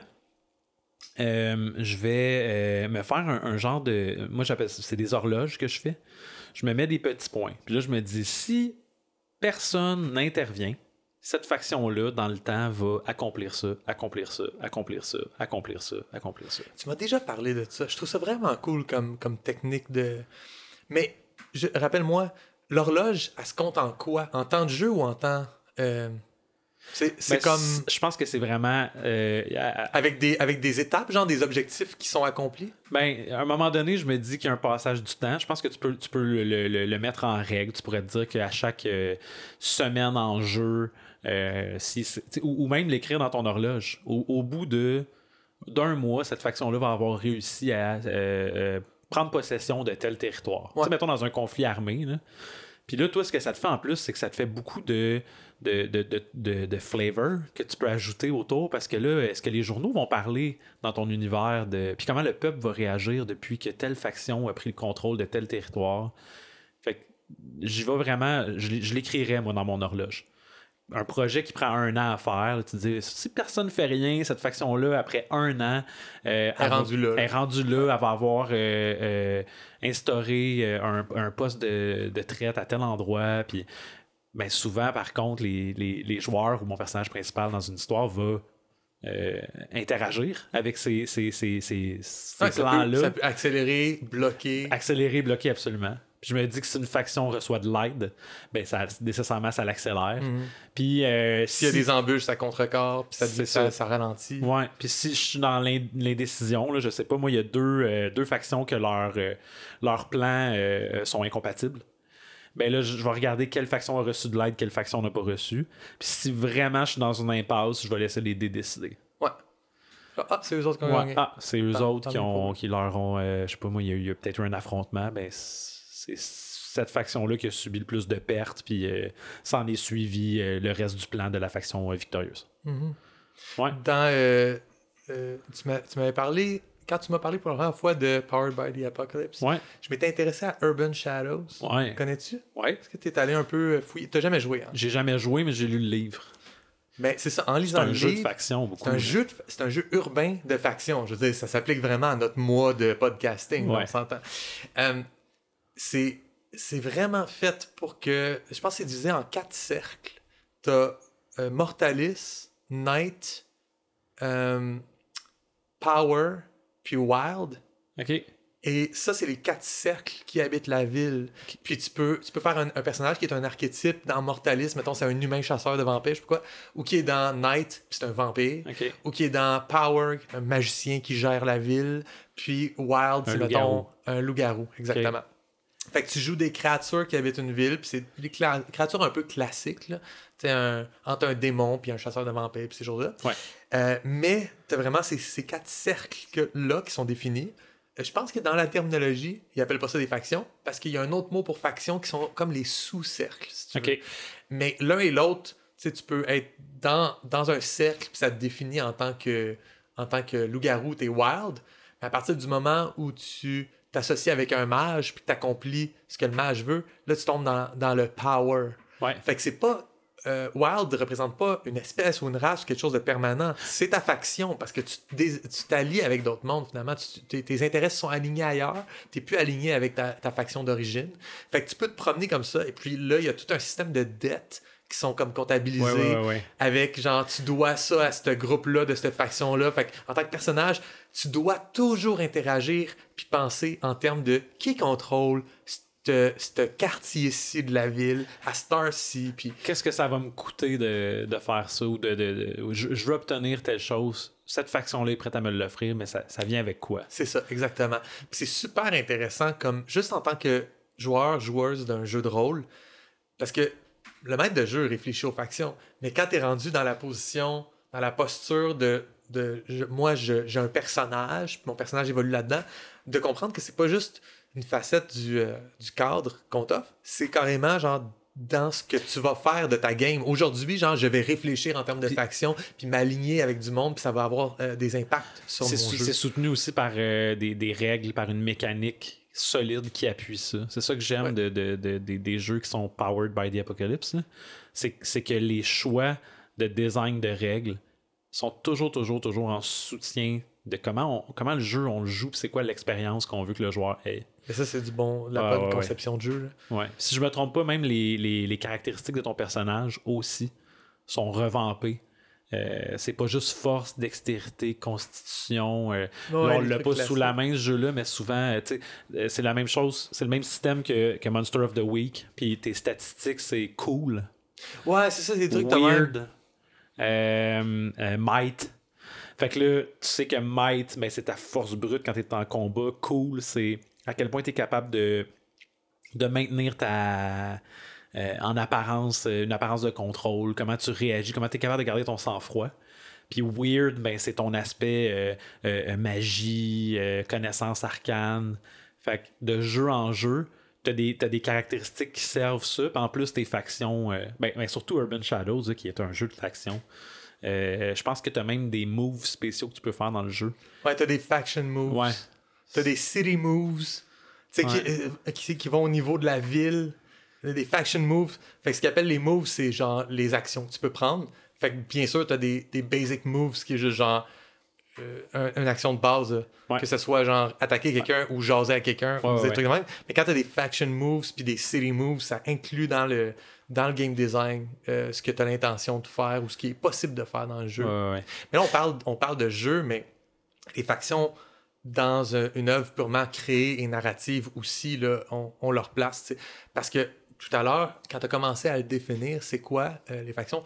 euh, je vais euh, me faire un, un genre de... Moi, j'appelle ça, c'est des horloges que je fais. Je me mets des petits points. Puis là, je me dis, si personne n'intervient, cette faction-là, dans le temps, va accomplir ça, accomplir ça, accomplir ça, accomplir ça, accomplir ça. Tu m'as déjà parlé de ça. Je trouve ça vraiment cool comme, comme technique de... Mais, je, rappelle-moi, l'horloge, elle se compte en quoi? En temps de jeu ou en temps... Euh... C'est, c'est ben, comme... Je pense que c'est vraiment... Euh, avec, des, avec des étapes, genre des objectifs qui sont accomplis? Ben, à un moment donné, je me dis qu'il y a un passage du temps. Je pense que tu peux, tu peux le, le, le mettre en règle. Tu pourrais te dire qu'à chaque euh, semaine en jeu, euh, si ou, ou même l'écrire dans ton horloge. Au, au bout de d'un mois, cette faction-là va avoir réussi à euh, euh, prendre possession de tel territoire. Ouais. Tu sais, mettons dans un conflit armé, là. Puis là, toi, ce que ça te fait en plus, c'est que ça te fait beaucoup de, de, de, de, de, de flavor que tu peux ajouter autour, parce que là, est-ce que les journaux vont parler dans ton univers de... Puis comment le peuple va réagir depuis que telle faction a pris le contrôle de tel territoire? Fait que j'y vais vraiment... Je, je l'écrirais, moi, dans mon horloge. Un projet qui prend un an à faire, là, tu te dis, si personne ne fait rien, cette faction-là, après un an, euh, elle est rendue là. Elle est rendue là, elle va avoir euh, euh, instauré euh, un, un poste de, de traite à tel endroit. Puis, ben, souvent, par contre, les, les, les joueurs ou mon personnage principal dans une histoire va euh, interagir avec ces, ces, ces, ces, ces ouais, plans-là. Ça peut, ça peut accélérer, bloquer. Accélérer, bloquer, absolument. Puis je me dis que si une faction reçoit de l'aide, ben ça, nécessairement, ça l'accélère. Mm-hmm. Puis euh, s'il y a des embûches, ça contrecarre, puis ça, ça, ça, ça ralentit. Ouais. Puis si je suis dans l'indécision, là, je sais pas, moi, il y a deux, euh, deux factions que leurs euh, leur plans euh, sont incompatibles. Ben là, je vais regarder quelle faction a reçu de l'aide, quelle faction n'a pas reçu. Puis si vraiment je suis dans une impasse, je vais laisser les dés décider. Ouais. Ah, c'est eux autres qui ont ouais. gagné. Ah, c'est eux Tant, autres qui, ont, qui leur ont... Euh, je sais pas, moi, il y a, y a peut-être eu un affrontement. Ben, c'est cette faction-là qui a subi le plus de pertes, puis euh, s'en est suivi euh, le reste du plan de la faction euh, victorieuse. Mm-hmm. Ouais. Dans... Euh, euh, tu m'avais parlé... Quand tu m'as parlé pour la première fois de Powered by the Apocalypse, ouais. je m'étais intéressé à Urban Shadows. Ouais. Connais-tu? Ouais. Est-ce que tu es allé un peu fouiller? Tu n'as jamais joué, hein? J'ai jamais joué, mais j'ai lu le livre. Ben, c'est ça, en lisant le livre... C'est un jeu de faction, beaucoup. C'est un, jeu de, c'est un jeu urbain de faction. Je veux dire, ça s'applique vraiment à notre mois de podcasting, ouais. On s'entend. Euh, c'est, c'est vraiment fait pour que... Je pense que c'est divisé en quatre cercles. T'as euh, Mortalis, Night, euh, Power... puis Wild. OK. Et ça, c'est les quatre cercles qui habitent la ville. Puis tu peux, tu peux faire un, un personnage qui est un archétype dans Mortalis, mettons, c'est un humain chasseur de vampires, je sais pas quoi, ou qui est dans Night, puis c'est un vampire, okay. ou qui est dans Power, un magicien qui gère la ville, puis Wild, c'est, mettons, un loup-garou, exactement. Okay. Fait que tu joues des créatures qui habitent une ville, puis c'est des cla- créatures un peu classiques, là. Tu sais, un, entre un démon puis un chasseur de vampires, puis ces choses-là. Ouais. Euh, mais t'as vraiment ces, ces quatre cercles-là qui sont définis. Je pense que dans la terminologie, ils appellent pas ça des factions, parce qu'il y a un autre mot pour factions qui sont comme les sous-cercles, si tu okay. veux. Mais l'un et l'autre, tu sais, tu peux être dans, dans un cercle, puis ça te définit en tant que, en tant que loup-garou, t'es wild. Mais à partir du moment où tu t'associes avec un mage, puis t'accomplis ce que le mage veut, là, tu tombes dans, dans le power. Ouais. Fait que c'est pas... Euh, Wild ne représente pas une espèce ou une race ou quelque chose de permanent. C'est ta faction parce que tu, dé- tu t'allies avec d'autres mondes finalement. Tu, tes, tes intérêts sont alignés ailleurs. Tu n'es plus aligné avec ta, ta faction d'origine. Fait que tu peux te promener comme ça. Et puis là, il y a tout un système de dettes qui sont comme comptabilisés Ouais, ouais, ouais, ouais. avec genre tu dois ça à ce groupe-là, de cette faction-là. Fait en tant que personnage, tu dois toujours interagir puis penser en termes de qui contrôle ce quartier-ci de la ville, à Star-ci. Puis... Qu'est-ce que ça va me coûter de, de faire ça ou de, de, de je, je veux obtenir telle chose. Cette faction-là est prête à me l'offrir, mais ça, ça vient avec quoi? C'est ça, exactement. Puis c'est super intéressant comme juste en tant que joueur, joueuse d'un jeu de rôle, parce que le maître de jeu réfléchit aux factions, mais quand t'es rendu dans la position, dans la posture de, de je, moi je, j'ai un personnage, puis mon personnage évolue là-dedans, de comprendre que c'est pas juste une facette du, euh, du cadre qu'on t'offre, c'est carrément genre dans ce que tu vas faire de ta game. Aujourd'hui, genre, je vais réfléchir en termes de puis, factions, puis m'aligner avec du monde, puis ça va avoir euh, des impacts sur c'est, mon sou- jeu. C'est soutenu aussi par euh, des, des règles, par une mécanique solide qui appuie ça. C'est ça que j'aime Ouais. de, de, de, de- des jeux qui sont powered by the Apocalypse. Là. C'est, c'est que les choix de design de règles sont toujours, toujours, toujours en soutien de comment, on, comment le jeu on le joue, puis c'est quoi l'expérience qu'on veut que le joueur ait. Et ça, c'est du bon, la Ah, bonne ouais, conception ouais. de jeu. Là. Ouais. Si je me trompe pas, même les, les, les caractéristiques de ton personnage aussi sont revampées. Euh, c'est pas juste force, dextérité, constitution. Euh, Ouais, là, on les l'a trucs pas classiques. sous la main ce jeu-là, mais souvent, euh, tu sais, euh, c'est la même chose. C'est le même système que, que Monster of the Week. Puis tes statistiques, c'est cool, Ouais, c'est ça, c'est des trucs de même. weird, euh, euh, might. Fait que là, tu sais que might, ben, c'est ta force brute quand t'es en combat. Cool, c'est à quel point t'es capable de, de maintenir ta... Euh, en apparence, euh, une apparence de contrôle, comment tu réagis, comment tu es capable de garder ton sang-froid. Puis weird, ben, c'est ton aspect euh, euh, magie, euh, connaissance arcane. Fait que de jeu en jeu, t'as des, t'as des caractéristiques qui servent ça. Puis en plus, tes factions, euh, ben, ben, surtout Urban Shadows, là, qui est un jeu de factions. Euh, je pense que t'as même des moves spéciaux que tu peux faire dans le jeu. Ouais, t'as des faction moves. Ouais. T'as des city moves. Tu sais, Ouais. qui, euh, qui, qui vont au niveau de la ville. Des faction moves. Fait que ce qu'ils appellent les moves, c'est genre les actions que tu peux prendre. Fait que bien sûr, t'as des, des basic moves, qui est juste genre euh, un- une action de base. euh, Ouais. Que ce soit genre attaquer quelqu'un ou jaser à quelqu'un. Ouais, ou des ouais, trucs de même. Mais quand t'as des faction moves puis des city moves, ça inclut dans le, dans le game design euh, ce que t'as l'intention de faire ou ce qui est possible de faire dans le jeu. Ouais, ouais, ouais. Mais là, on parle, on parle de jeu, mais les factions dans euh, une œuvre purement créée et narrative aussi, là, ont, ont leur place. T'sais. Parce que tout à l'heure, quand tu as commencé à le définir, c'est quoi euh, les factions,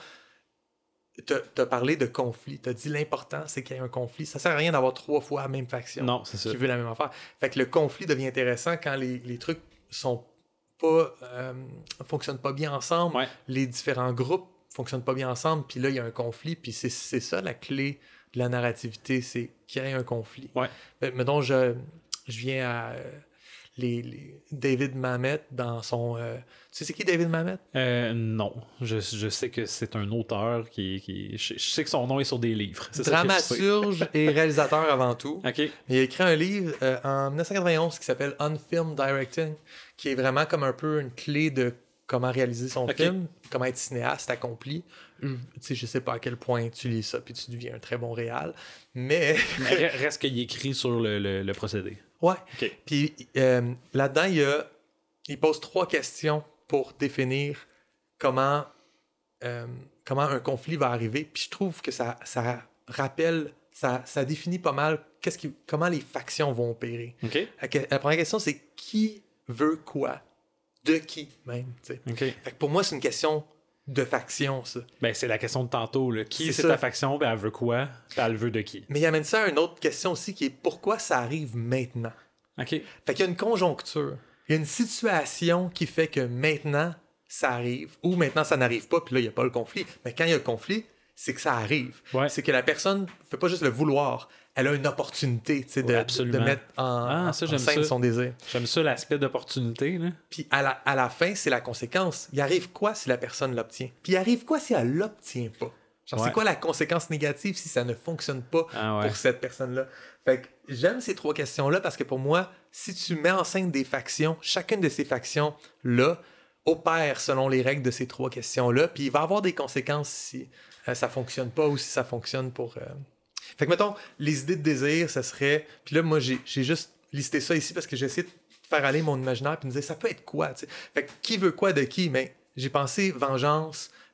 tu as parlé de conflit. Tu as dit l'important, c'est qu'il y ait un conflit. Ça sert à rien d'avoir trois fois la même faction Non, c'est ça. qui veut la même affaire. Fait que le conflit devient intéressant quand les, les trucs sont pas euh, fonctionnent pas bien ensemble. Ouais. Les différents groupes fonctionnent pas bien ensemble, puis là, il y a un conflit, puis c'est, c'est ça la clé de la narrativité, c'est qu'il y ait un conflit. Ouais. Mais, mettons, je, je viens à euh, les, les- David Mamet dans son... euh, tu sais c'est qui David Mamet? Euh, non. Je, je sais que c'est un auteur qui. qui je, je sais que son nom est sur des livres. C'est ça que je sais. Dramaturge et réalisateur avant tout. Ok. Mais il a écrit un livre euh, en dix-neuf cent quatre-vingt-onze qui s'appelle Unfilmed Directing, qui est vraiment comme un peu une clé de comment réaliser son Ok. film, comment être cinéaste accompli. Je, tu sais, je sais pas à quel point tu lis ça puis tu deviens un très bon réal, mais Mais re- reste qu'il écrit sur le, le, le procédé. ouais. Ok. Puis euh, là-dedans, il, y a, il pose trois questions pour définir comment, euh, comment un conflit va arriver. Puis je trouve que ça, ça rappelle, ça, ça définit pas mal qu'est-ce qui, comment les factions vont opérer. Ok. La, que- la première question, c'est qui veut quoi? De qui, même. tu sais. Ok. Fait que pour moi, c'est une question de faction, ça. Ben, c'est la question de tantôt. Là. Qui C'est c'est ça. ta faction? Ben, elle veut quoi? Ben, elle veut de qui? Mais il amène ça à une autre question aussi qui est pourquoi ça arrive maintenant? Ok. Fait qu'il y a une conjoncture. Il y a une situation qui fait que maintenant, ça arrive. Ou maintenant, ça n'arrive pas, puis là, il n'y a pas le conflit. Mais quand il y a le conflit, c'est que ça arrive. Ouais. C'est que la personne ne fait pas juste le vouloir. Elle a une opportunité tu sais, de, Ouais, de, absolument. de mettre en, Ah, en- ça, en j'aime scène ça. son désir. J'aime ça, l'aspect d'opportunité. Là. Puis à la, à la fin, c'est la conséquence. Il arrive quoi si la personne l'obtient? Puis il arrive quoi si elle l'obtient pas? Genre, Ouais. c'est quoi la conséquence négative si ça ne fonctionne pas Ah ouais. pour cette personne-là? Fait que j'aime ces trois questions-là parce que pour moi, si tu mets en scène des factions, chacune de ces factions-là opère selon les règles de ces trois questions-là, puis il va avoir des conséquences si euh, ça fonctionne pas ou si ça fonctionne pour... euh, Fait que, mettons, les idées de désir, ça serait... Puis là, moi, j'ai, j'ai juste listé ça ici parce que j'ai essayé de faire aller mon imaginaire puis me dire, ça peut être quoi, tu sais? Fait que qui veut quoi de qui? Mais j'ai pensé vengeance,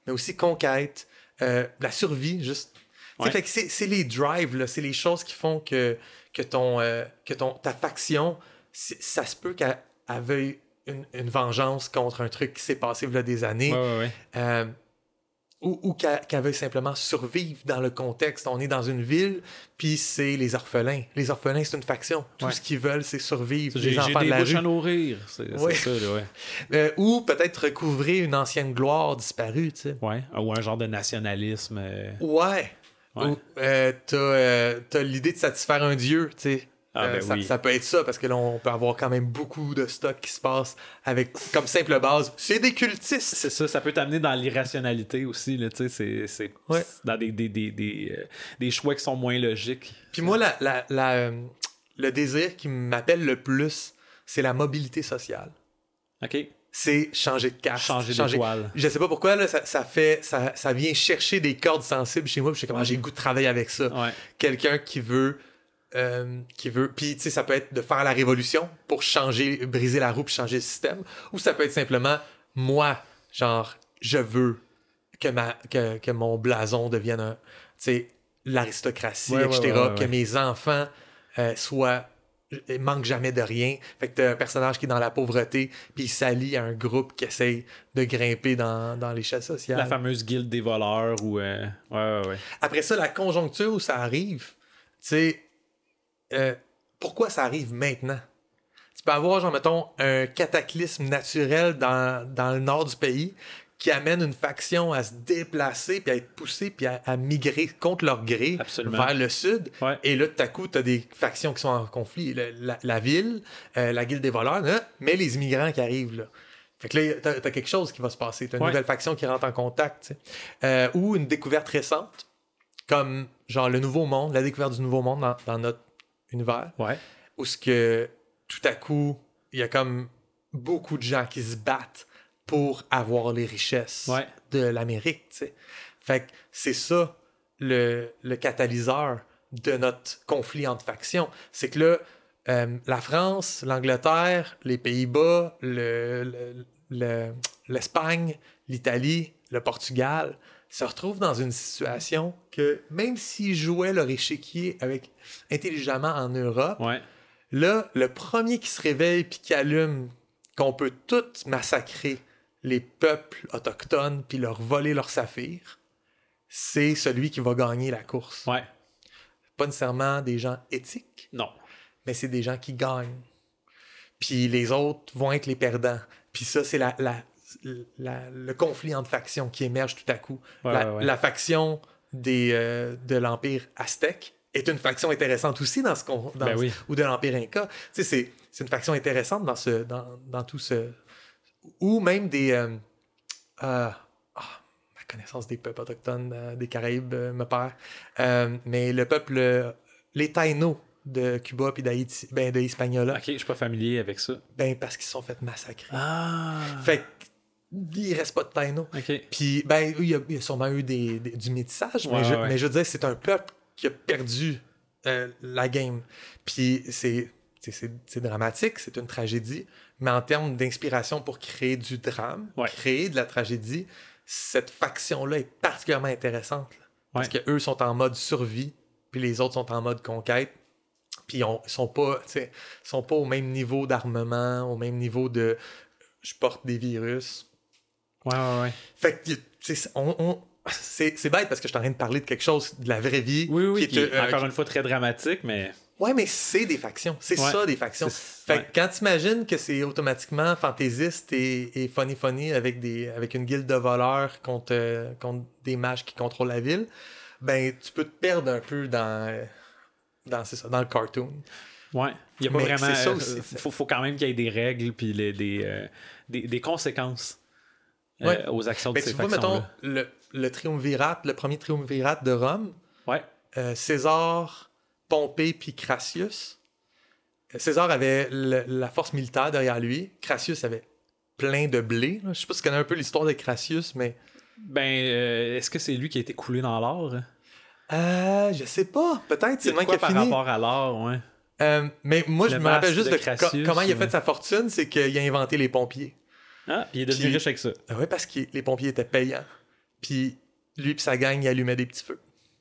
mais aussi conquête, euh, la survie, juste. Ouais. Fait que c'est, c'est les drives, là, c'est les choses qui font que, que, ton, euh, que ton, ta faction, ça se peut qu'elle elle veuille une, une vengeance contre un truc qui s'est passé il y a des années. Ouais, ouais, ouais. Euh, ou ou qu'elle, qu'elle veuille simplement survivre dans le contexte. On est dans une ville, puis c'est les orphelins. Les orphelins, c'est une faction. Tout ouais. ce qu'ils veulent, c'est survivre. J'ai, les enfants j'ai de la des bouches rue. à nourrir. C'est, ouais. c'est ça, là, ouais. Euh, ou peut-être recouvrer une ancienne gloire disparue, tu sais. Ouais, ou un genre de nationalisme. Euh... Ouais. Ouais. Ou euh, t'as, euh, t'as l'idée de satisfaire un dieu, tu sais. Ah, euh, ben ça, oui. ça peut être ça, parce que là, on peut avoir quand même beaucoup de stock qui se passe avec comme simple base, c'est des cultistes. C'est ça, ça peut t'amener dans l'irrationalité aussi, là, tu sais, c'est, c'est ouais. dans des, des, des, des, euh, des choix qui sont moins logiques. Puis moi, la, la, la, euh, le désir qui m'appelle le plus, c'est la mobilité sociale. OK. C'est changer de caste. Changer, changer d'étoile. Je sais pas pourquoi, là, ça, ça fait ça, ça vient chercher des cordes sensibles chez moi, puis je sais comment ouais. j'ai le goût de travailler avec ça. Ouais. Quelqu'un qui veut euh, qui veut puis tu sais ça peut être de faire la révolution pour changer briser la roue puis changer le système, ou ça peut être simplement moi, genre je veux que ma que, que mon blason devienne un tu sais l'aristocratie, ouais, et cetera, ouais, ouais, ouais, que ouais. mes enfants euh, soient il manque jamais de rien. Fait que t'as un personnage qui est dans la pauvreté, puis il s'allie à un groupe qui essaye de grimper dans, dans l'échelle sociale. La fameuse guilde des voleurs ou... Euh... Ouais, ouais, ouais. Après ça, la conjoncture où ça arrive, tu sais, euh, pourquoi ça arrive maintenant? Tu peux avoir, genre, mettons, un cataclysme naturel dans, dans le nord du pays qui amène une faction à se déplacer, puis à être poussée, puis à, à migrer contre leur gré Absolument. vers le sud. Ouais. Et là, tout à coup, tu as des factions qui sont en conflit. Le, la, la ville, euh, la guilde des voleurs, hein, mais les immigrants qui arrivent, là. Fait que là, t'as, t'as quelque chose qui va se passer. T'as une ouais. nouvelle faction qui rentre en contact, tu sais. Euh, ou une découverte récente, comme, genre, le Nouveau Monde, la découverte du Nouveau Monde dans, dans notre univers. Ouais. Où ce que, tout à coup, il y a comme beaucoup de gens qui se battent pour avoir les richesses ouais. de l'Amérique, tu sais. Fait que c'est ça, le, le catalyseur de notre conflit entre factions. C'est que là, euh, la France, l'Angleterre, les Pays-Bas, le, le, le, l'Espagne, l'Italie, le Portugal se retrouvent dans une situation que, même s'ils jouaient leur échiquier avec, intelligemment en Europe, ouais. là, le premier qui se réveille puis qui allume qu'on peut tout massacrer les peuples autochtones puis leur voler leurs saphirs, c'est celui qui va gagner la course. Ouais. Pas nécessairement des gens éthiques. Non. Mais c'est des gens qui gagnent. Puis les autres vont être les perdants. Puis ça, c'est la, la, la, le conflit entre factions qui émerge tout à coup. Ouais, la, ouais, ouais. la faction des, euh, de l'Empire aztèque est une faction intéressante aussi dans ce qu'on... Dans ben ce, oui. ou de l'Empire Inca. Tu sais, c'est, c'est une faction intéressante dans, ce, dans, dans tout ce... Ou même des... Euh, euh, oh, ma connaissance des peuples autochtones euh, des Caraïbes euh, me perd. Euh, mais le peuple... Euh, les Taïnos de Cuba puis d'Haïti, ben de Hispaniola. Ok, je suis pas familier avec ça. Ben parce qu'ils se sont fait massacrer. Ah. Fait qu'il reste pas de Taïnos. Ok. Puis ben il y, a, il y a sûrement eu des, des, du métissage, ouais, mais, je, ouais. mais je veux dire c'est un peuple qui a perdu euh, la game. Puis c'est, c'est, c'est, c'est dramatique, c'est une tragédie, mais en termes d'inspiration pour créer du drame, ouais. créer de la tragédie, cette faction-là est particulièrement intéressante. Là, parce ouais. qu'eux sont en mode survie, puis les autres sont en mode conquête. Puis ils sont pas, sont pas au même niveau d'armement, au même niveau de je porte des virus. Ouais, ouais, ouais. Fait que on, on, c'est, c'est bête parce que je suis en train de parler de quelque chose de la vraie vie. Oui, oui, qui est, qui est euh, encore qui... une fois très dramatique, mais... Ouais, mais c'est des factions. C'est ouais. ça, des factions. C'est... Fait ouais. que quand tu imagines que c'est automatiquement fantaisiste et, et funny funny avec, des, avec une guilde de voleurs contre, euh, contre des mages qui contrôlent la ville, ben tu peux te perdre un peu dans... Dans, c'est ça, dans le cartoon. Ouais. Il y a pas mais vraiment. C'est ça aussi. Il faut, faut quand même qu'il y ait des règles puis les, des, euh, des, des conséquences euh, ouais. aux actions de mais ces tu vois, factions-là. mettons, le, le triumvirat, le premier triumvirat de Rome, ouais. euh, César, Pompée puis Crassus. César avait le, la force militaire derrière lui. Crassus avait plein de blé. Là. Je sais pas si tu connais un peu l'histoire de Crassus, mais. Ben, euh, est-ce que c'est lui qui a été coulé dans l'or? Euh, je sais pas. Peut-être, c'est le mec qui a par fini. rapport à l'or, ouais. Euh, mais moi, le je me rappelle juste de, de Crassus, co- comment il a fait sa fortune, c'est qu'il a inventé les pompiers. Ah, puis il est devenu puis, riche avec ça. Oui, parce que les pompiers étaient payants. puis lui et sa gang, ils allumaient des petits feux.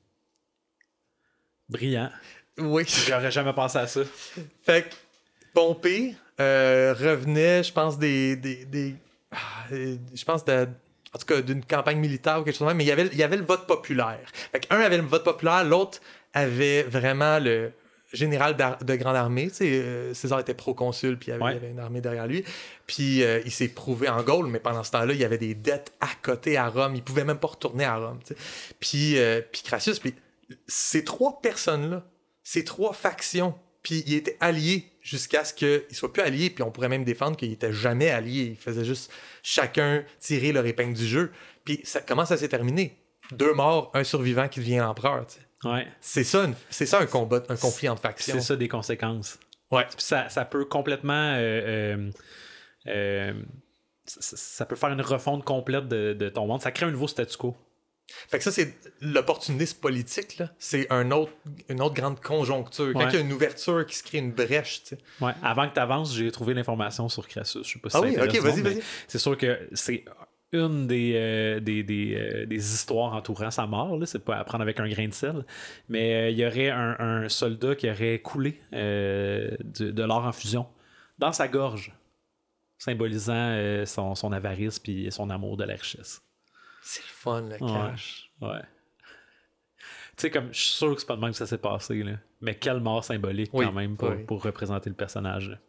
Brillant. Oui. J'aurais jamais pensé à ça. Fait que Pompée euh, revenait, je pense, des... des, des ah, je pense de... En tout cas, d'une campagne militaire ou quelque chose de même, mais il y avait, il y avait le vote populaire. Fait qu'un avait le vote populaire, l'autre avait vraiment le général de grande armée. Tu sais, euh, César était proconsul, puis il y avait, ouais. il y avait une armée derrière lui. Puis euh, il s'est prouvé en Gaule, mais pendant ce temps-là, il y avait des dettes à côté à Rome. Il pouvait même pas retourner à Rome. Tu sais. Puis, euh, puis Crassus, puis ces trois personnes-là, ces trois factions, puis ils étaient alliés jusqu'à ce qu'ils ne soient plus alliés, puis on pourrait même défendre qu'ils n'étaient jamais alliés. Ils faisaient juste chacun tirer leur épingle du jeu. Puis ça, comment ça s'est terminé? Deux morts, un survivant qui devient empereur. Tu sais. Ouais. C'est ça, une, c'est ça un combat, un conflit entre factions. C'est ça des conséquences. Ouais. Puis ça, ça peut complètement... Euh, euh, euh, ça, ça peut faire une refonte complète de, de ton monde. Ça crée un nouveau statu quo. Fait que ça, c'est l'opportunisme politique, là. C'est un autre, une autre grande conjoncture. Quand ouais. il y a une ouverture qui se crée une brèche, tu sais. Ouais. Avant que tu avances, j'ai trouvé l'information sur Crassus. Je sais pas si ah ça oui, ok, vas-y, vas-y. C'est sûr que c'est une des, euh, des, des, euh, des histoires entourant sa mort. Là. C'est pas à prendre avec un grain de sel. Mais euh, il y aurait un, un soldat qui aurait coulé euh, de, de l'or en fusion dans sa gorge, symbolisant euh, son, son avarice puis son amour de la richesse. C'est le fun, le cash. Ouais. ouais. Tu sais, comme, je suis sûr que c'est pas de même que ça s'est passé, là. Mais quelle mort symbolique, oui, quand même, pour, oui. pour représenter le personnage. Là.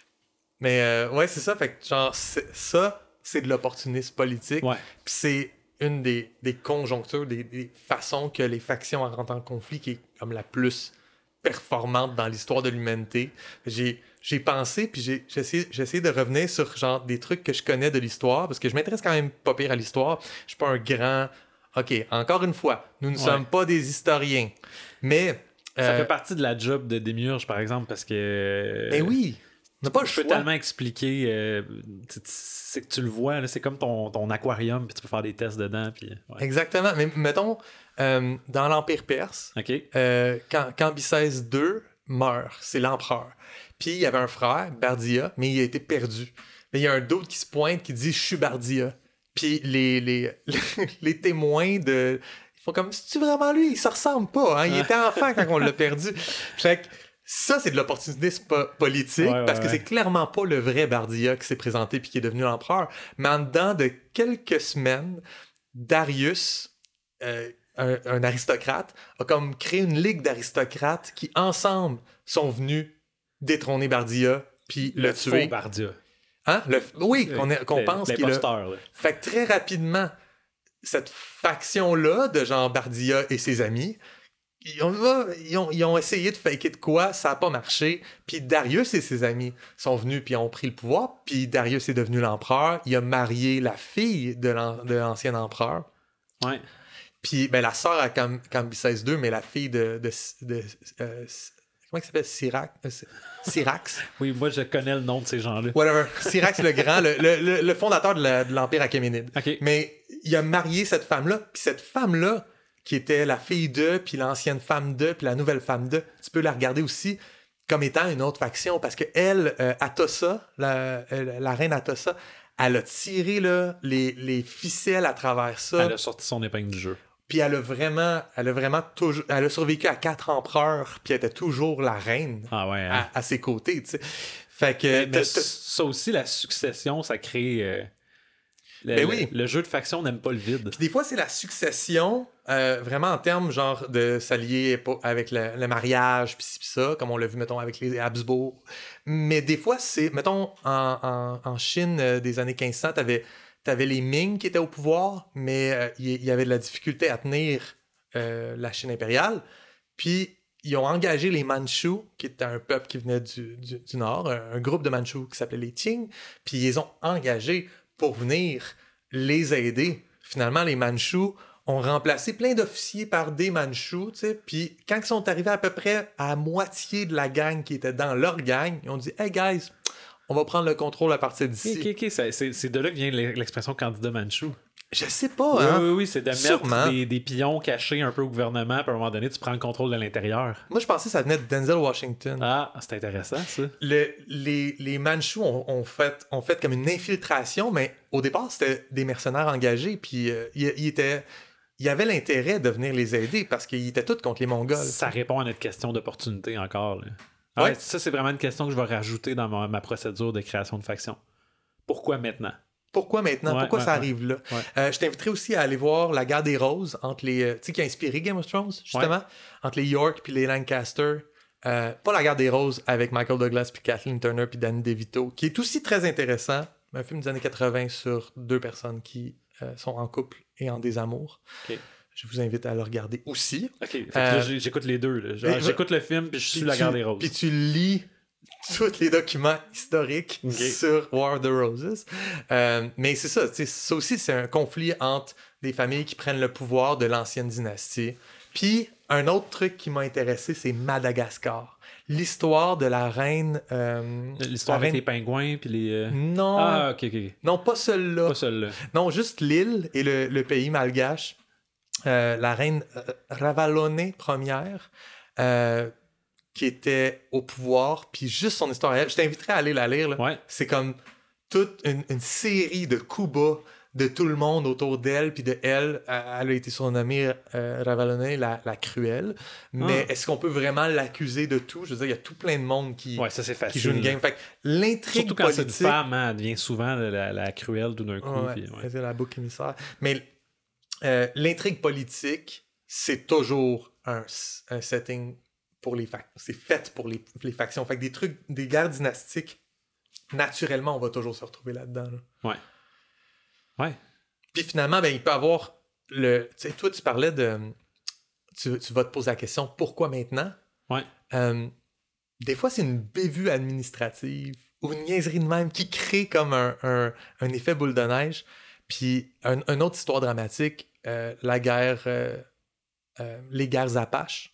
Mais, euh, ouais, c'est ça. Fait que, genre, c'est, ça, c'est de l'opportunisme politique. Ouais. Puis c'est une des, des conjonctures, des, des façons que les factions rentrent en conflit qui est comme la plus performante dans l'histoire de l'humanité. J'ai, j'ai pensé, puis j'ai, j'ai, essayé, j'ai essayé de revenir sur genre des trucs que je connais de l'histoire, parce que je m'intéresse quand même pas pire à l'histoire. Je suis pas un grand... OK, encore une fois, nous ne ouais. sommes pas des historiens, mais... Ça euh... fait partie de la job de Démiurge, par exemple, parce que... Ben oui! On n'a pas le je choix. peux tellement expliquer, euh, c'est que tu le vois, là, c'est comme ton, ton aquarium, puis tu peux faire des tests dedans. Puis, ouais. Exactement. Mais mettons, euh, dans l'Empire perse, okay. euh, quand Cambyses deux meurt, c'est l'empereur. Puis il y avait un frère, Bardia, mais il a été perdu. Mais il y a un d'autre qui se pointe qui dit « Je suis Bardia ». Puis les, les, les témoins de... Ils font comme « C'est-tu vraiment lui? Il se ressemble pas. Hein? Il était enfant quand on l'a perdu. » Fait que ça, c'est de l'opportunisme po- politique, ouais, ouais, parce que ouais. c'est clairement pas le vrai Bardia qui s'est présenté puis qui est devenu l'empereur. Mais en dedans de quelques semaines, Darius, euh, un, un aristocrate, a comme créé une ligue d'aristocrates qui, ensemble, sont venus détrôner Bardia puis le, le tuer. Faux Bardia. Hein? Le, oui, qu'on, est, qu'on le, pense qu'il a... Là. Fait que très rapidement, cette faction-là de genre Bardia et ses amis... Ils ont, ils, ont, ils ont essayé de faker de quoi, ça n'a pas marché. Puis Darius et ses amis sont venus puis ont pris le pouvoir. Puis Darius est devenu l'empereur. Il a marié la fille de, l'an, de l'ancien empereur. Ouais. Puis ben, la sœur à Cam, Cambyses deux, mais la fille de... de, de, de euh, comment il s'appelle? Syrax? Euh, Syrax? Oui, moi je connais le nom de ces gens-là. Whatever. Syrax le Grand, le, le, le fondateur de, la, de l'Empire achéménide. Okay. Mais il a marié cette femme-là. Puis cette femme-là, qui était la fille d'eux, puis l'ancienne femme d'eux, puis la nouvelle femme d'eux. Tu peux la regarder aussi comme étant une autre faction, parce que elle, euh, Atossa, la, euh, la reine Atossa, elle a tiré là, les, les ficelles à travers ça. Elle a sorti son épingle du jeu. Puis elle a vraiment, elle a vraiment toujours, elle a survécu à quatre empereurs, puis elle était toujours la reine ah ouais, hein? à, à ses côtés, tu sais. Fait que... Mais, mais ça aussi, la succession, ça crée... Euh... Le, ben oui. le, le jeu de faction n'aime pas le vide. Puis des fois, c'est la succession, euh, vraiment en termes genre de s'allier avec le, le mariage, puis ça, comme on l'a vu, mettons, avec les Habsbourg. Mais des fois, c'est, mettons, en, en, en Chine euh, des années quinze cents, t'avais, t'avais les Ming qui étaient au pouvoir, mais euh, il y avait de la difficulté à tenir euh, la Chine impériale. Puis ils ont engagé les Mandchous, qui étaient un peuple qui venait du, du, du Nord, un, un groupe de Mandchous qui s'appelait les Qing, puis ils les ont engagés pour venir les aider. Finalement, les Mandchous ont remplacé plein d'officiers par des Mandchous, tu sais, puis quand ils sont arrivés à peu près à moitié de la gang qui était dans leur gang, ils ont dit « Hey guys, on va prendre le contrôle à partir d'ici. » Ok, ok, c'est, c'est, c'est de là que vient l'expression candidat Mandchou. Je sais pas, Oui, hein? oui, oui, c'est de Sûrement. mettre des, des pions cachés un peu au gouvernement, puis à un moment donné, tu prends le contrôle de l'intérieur. Moi, je pensais que ça venait de Denzel Washington. Ah, c'est intéressant, ça. Le, les, les Manchus ont, ont fait, ont fait comme une infiltration, mais au départ, c'était des mercenaires engagés, puis euh, ils il étaient... Il y avait l'intérêt de venir les aider parce qu'ils étaient tous contre les Mongols. Ça répond à notre question d'opportunité encore. Là. Ah Ouais. ouais, ça, c'est vraiment une question que je vais rajouter dans ma, ma procédure de création de faction. Pourquoi maintenant? Pourquoi maintenant? Ouais, Pourquoi ouais, ça ouais. arrive là? Ouais. Euh, je t'inviterai aussi à aller voir La Guerre des Roses, entre les, euh, tu sais, qui a inspiré Game of Thrones, justement, Ouais. entre les York puis les Lancaster. Euh, pas La Guerre des Roses avec Michael Douglas puis Kathleen Turner puis Danny DeVito, qui est aussi très intéressant. Un film des années quatre-vingts sur deux personnes qui euh, sont en couple et en désamour. Ok. Je vous invite à le regarder aussi. Ok, fait que Euh, là, j'ai- j'écoute les deux. Là. Genre, et- j'écoute le film, puis je suis la tu- Guerre des Roses. Puis tu lis tous les documents historiques Ok. sur War of the Roses. Euh, mais c'est ça, tu sais, ça aussi, c'est un conflit entre des familles qui prennent le pouvoir de l'ancienne dynastie. Puis, un autre truc qui m'a intéressé, c'est Madagascar. L'histoire de la reine... euh, L'histoire la avec reine- les pingouins, puis les... euh, Non, Ah, ok, ok. non, pas celle-là. Pas celle-là. Non, juste l'île et le, le pays malgache. Euh, la reine euh, Ravaloné première, euh, qui était au pouvoir, puis juste son histoire à elle. Je t'inviterais à aller la lire. Là. Ouais. C'est comme toute une, une série de coups bas de tout le monde autour d'elle, puis de elle. Elle a été surnommée euh, Ravaloné la, la cruelle. Mais Ah. est-ce qu'on peut vraiment l'accuser de tout? Je veux dire, il y a tout plein de monde qui, Ouais, ça, c'est qui facile. joue une game. Fait que l'intrigue Surtout quand c'est une politique... femme, hein, elle devient souvent la, la- la cruelle tout d'un coup. Ouais, puis, ouais. c'est la boucle émissaire. Mais euh, l'intrigue politique, c'est toujours un, un setting pour les factions. C'est fait pour les, les factions. Fait que des trucs, des guerres dynastiques, naturellement, on va toujours se retrouver là-dedans. là. Ouais. Ouais. Puis finalement, ben, il peut avoir le. Tu sais, toi, tu parlais de. Tu, tu vas te poser la question pourquoi maintenant? Ouais. Euh, des fois, c'est une bévue administrative ou une niaiserie de même qui crée comme un, un, un effet boule de neige. Puis, un, une autre histoire dramatique, euh, la guerre, euh, euh, les guerres Apaches,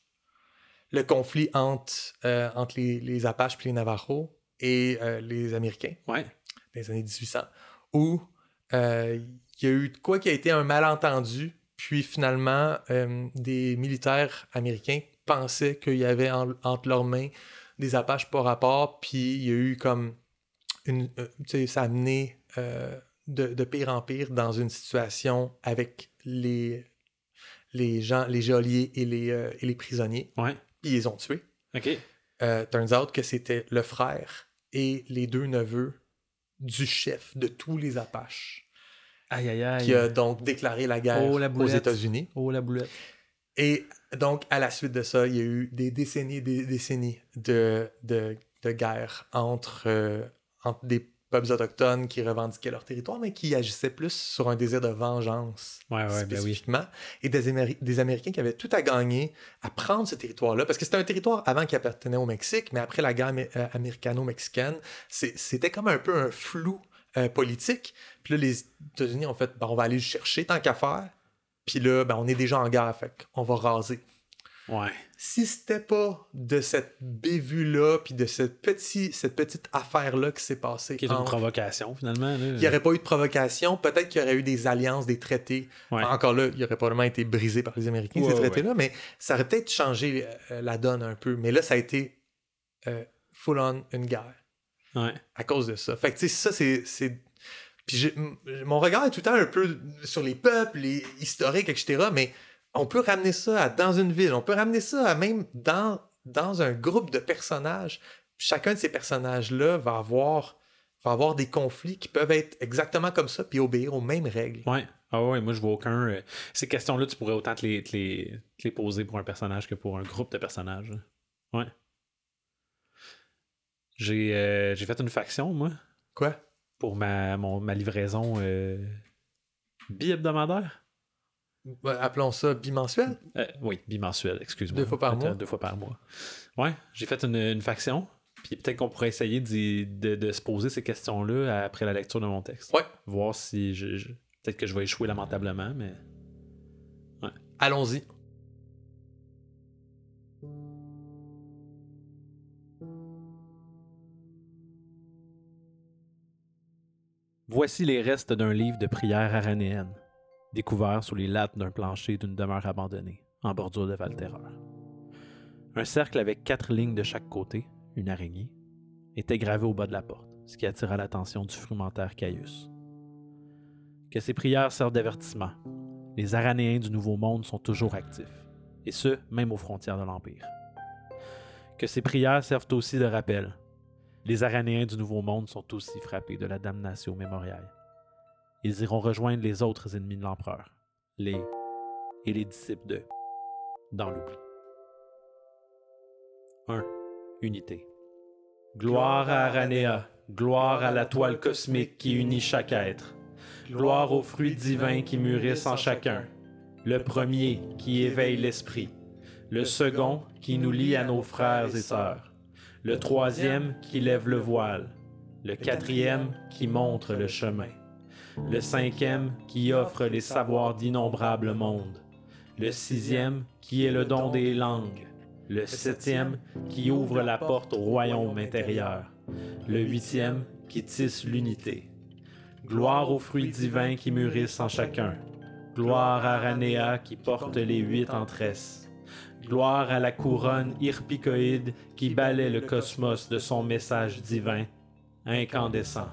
le conflit entre, euh, entre les, les Apaches puis les Navajos et euh, les Américains Ouais. dans les années dix-huit cents, où euh, il y a eu de quoi qui a été un malentendu, puis finalement, euh, des militaires américains pensaient qu'il y avait en- entre leurs mains des Apaches par rapport, puis il y a eu comme une... euh, tu sais, ça a amené euh, de, de pire en pire dans une situation avec les, les gens, les geôliers et les, euh, et les prisonniers, Ouais. puis ils les ont tués. OK. Euh, turns out que c'était le frère et les deux neveux du chef de tous les Apaches, Aïe, aïe, aïe. qui a donc déclaré la guerre Oh, la aux boulette. États-Unis. Oh, la boulette. Et donc, à la suite de ça, il y a eu des décennies et des décennies de, de, de guerre entre, euh, entre des peuples autochtones qui revendiquaient leur territoire, mais qui agissaient plus sur un désir de vengeance, Ouais, ouais, ben oui. spécifiquement, et des, Améri- des Américains qui avaient tout à gagner à prendre ce territoire-là, parce que c'était un territoire avant qui appartenait au Mexique, mais après la guerre amé- euh, américano-mexicaine, c'est- c'était comme un peu un flou euh, politique. Puis là, les États-Unis ont fait, ben, on va aller le chercher tant qu'à faire, puis là, ben, on est déjà en guerre, fait qu'on va raser. Ouais. Si c'était pas de cette bévue-là, puis de cette, petit, cette petite affaire-là qui s'est passée, Qui est une entre- provocation, finalement. Là. il n'y aurait pas eu de provocation, peut-être qu'il y aurait eu des alliances, des traités. Ouais. Encore là, il aurait probablement été brisé par les Américains, Ouais, ces ouais, traités-là, mais ça aurait peut-être changé euh, la donne un peu. Mais là, ça a été euh, full-on une guerre Ouais. à cause de ça. Fait que, tu sais, ça, c'est... c'est... Puis j'ai- m- mon regard est tout le temps un peu sur les peuples, les historiques, et cetera, mais on peut ramener ça à dans une ville, on peut ramener ça à même dans, dans un groupe de personnages. Chacun de ces personnages-là va avoir, va avoir des conflits qui peuvent être exactement comme ça, puis obéir aux mêmes règles. Ouais. Ah ouais, moi je vois aucun. euh, Ces questions-là, tu pourrais autant te les, te les, te les poser pour un personnage que pour un groupe de personnages. là. Ouais. J'ai euh, j'ai fait une faction, moi, Quoi? pour ma, mon, ma livraison euh, bi-hebdomadaire. Ouais, appelons ça bimensuel. Euh, oui, bimensuel, excuse-moi. Deux fois par Peut-être, mois? euh, Deux fois par mois. Ouais, j'ai fait une, une faction. Puis peut-être qu'on pourrait essayer d'y- de, de se poser ces questions-là après la lecture de mon texte. Ouais. Voir si je, je- peut-être que je vais échouer lamentablement, mais. Allons-y. Voici les restes d'un livre de prières aranéennes. découvert sous les lattes d'un plancher d'une demeure abandonnée, en bordure de Val-Terreur. Un cercle avec quatre lignes de chaque côté, une araignée, était gravé au bas de la porte, ce qui attira l'attention du frumentaire Caius. Que ces prières servent d'avertissement. Les Aranéens du Nouveau Monde sont toujours actifs, et ce, même aux frontières de l'Empire. Que ces prières servent aussi de rappel. Les Aranéens du Nouveau Monde sont aussi frappés de la damnation mémoriale. Ils iront rejoindre les autres ennemis de l'Empereur, les et les disciples de dans l'oubli. un. Unité. Gloire à Aranea, gloire à la toile cosmique qui unit chaque être. Gloire aux fruits divins qui mûrissent en chacun. Le premier qui éveille l'esprit. Le second qui nous lie à nos frères et sœurs. Le troisième qui lève le voile. Le quatrième qui montre le chemin. Le cinquième qui offre les savoirs d'innombrables mondes. Le sixième qui est le don des langues. Le septième qui ouvre la porte au royaume intérieur. Le huitième qui tisse l'unité. Gloire aux fruits divins qui mûrissent en chacun. Gloire à Aranea qui porte les huit en tresse. Gloire à la couronne hirpicoïde qui balaie le cosmos de son message divin, incandescent.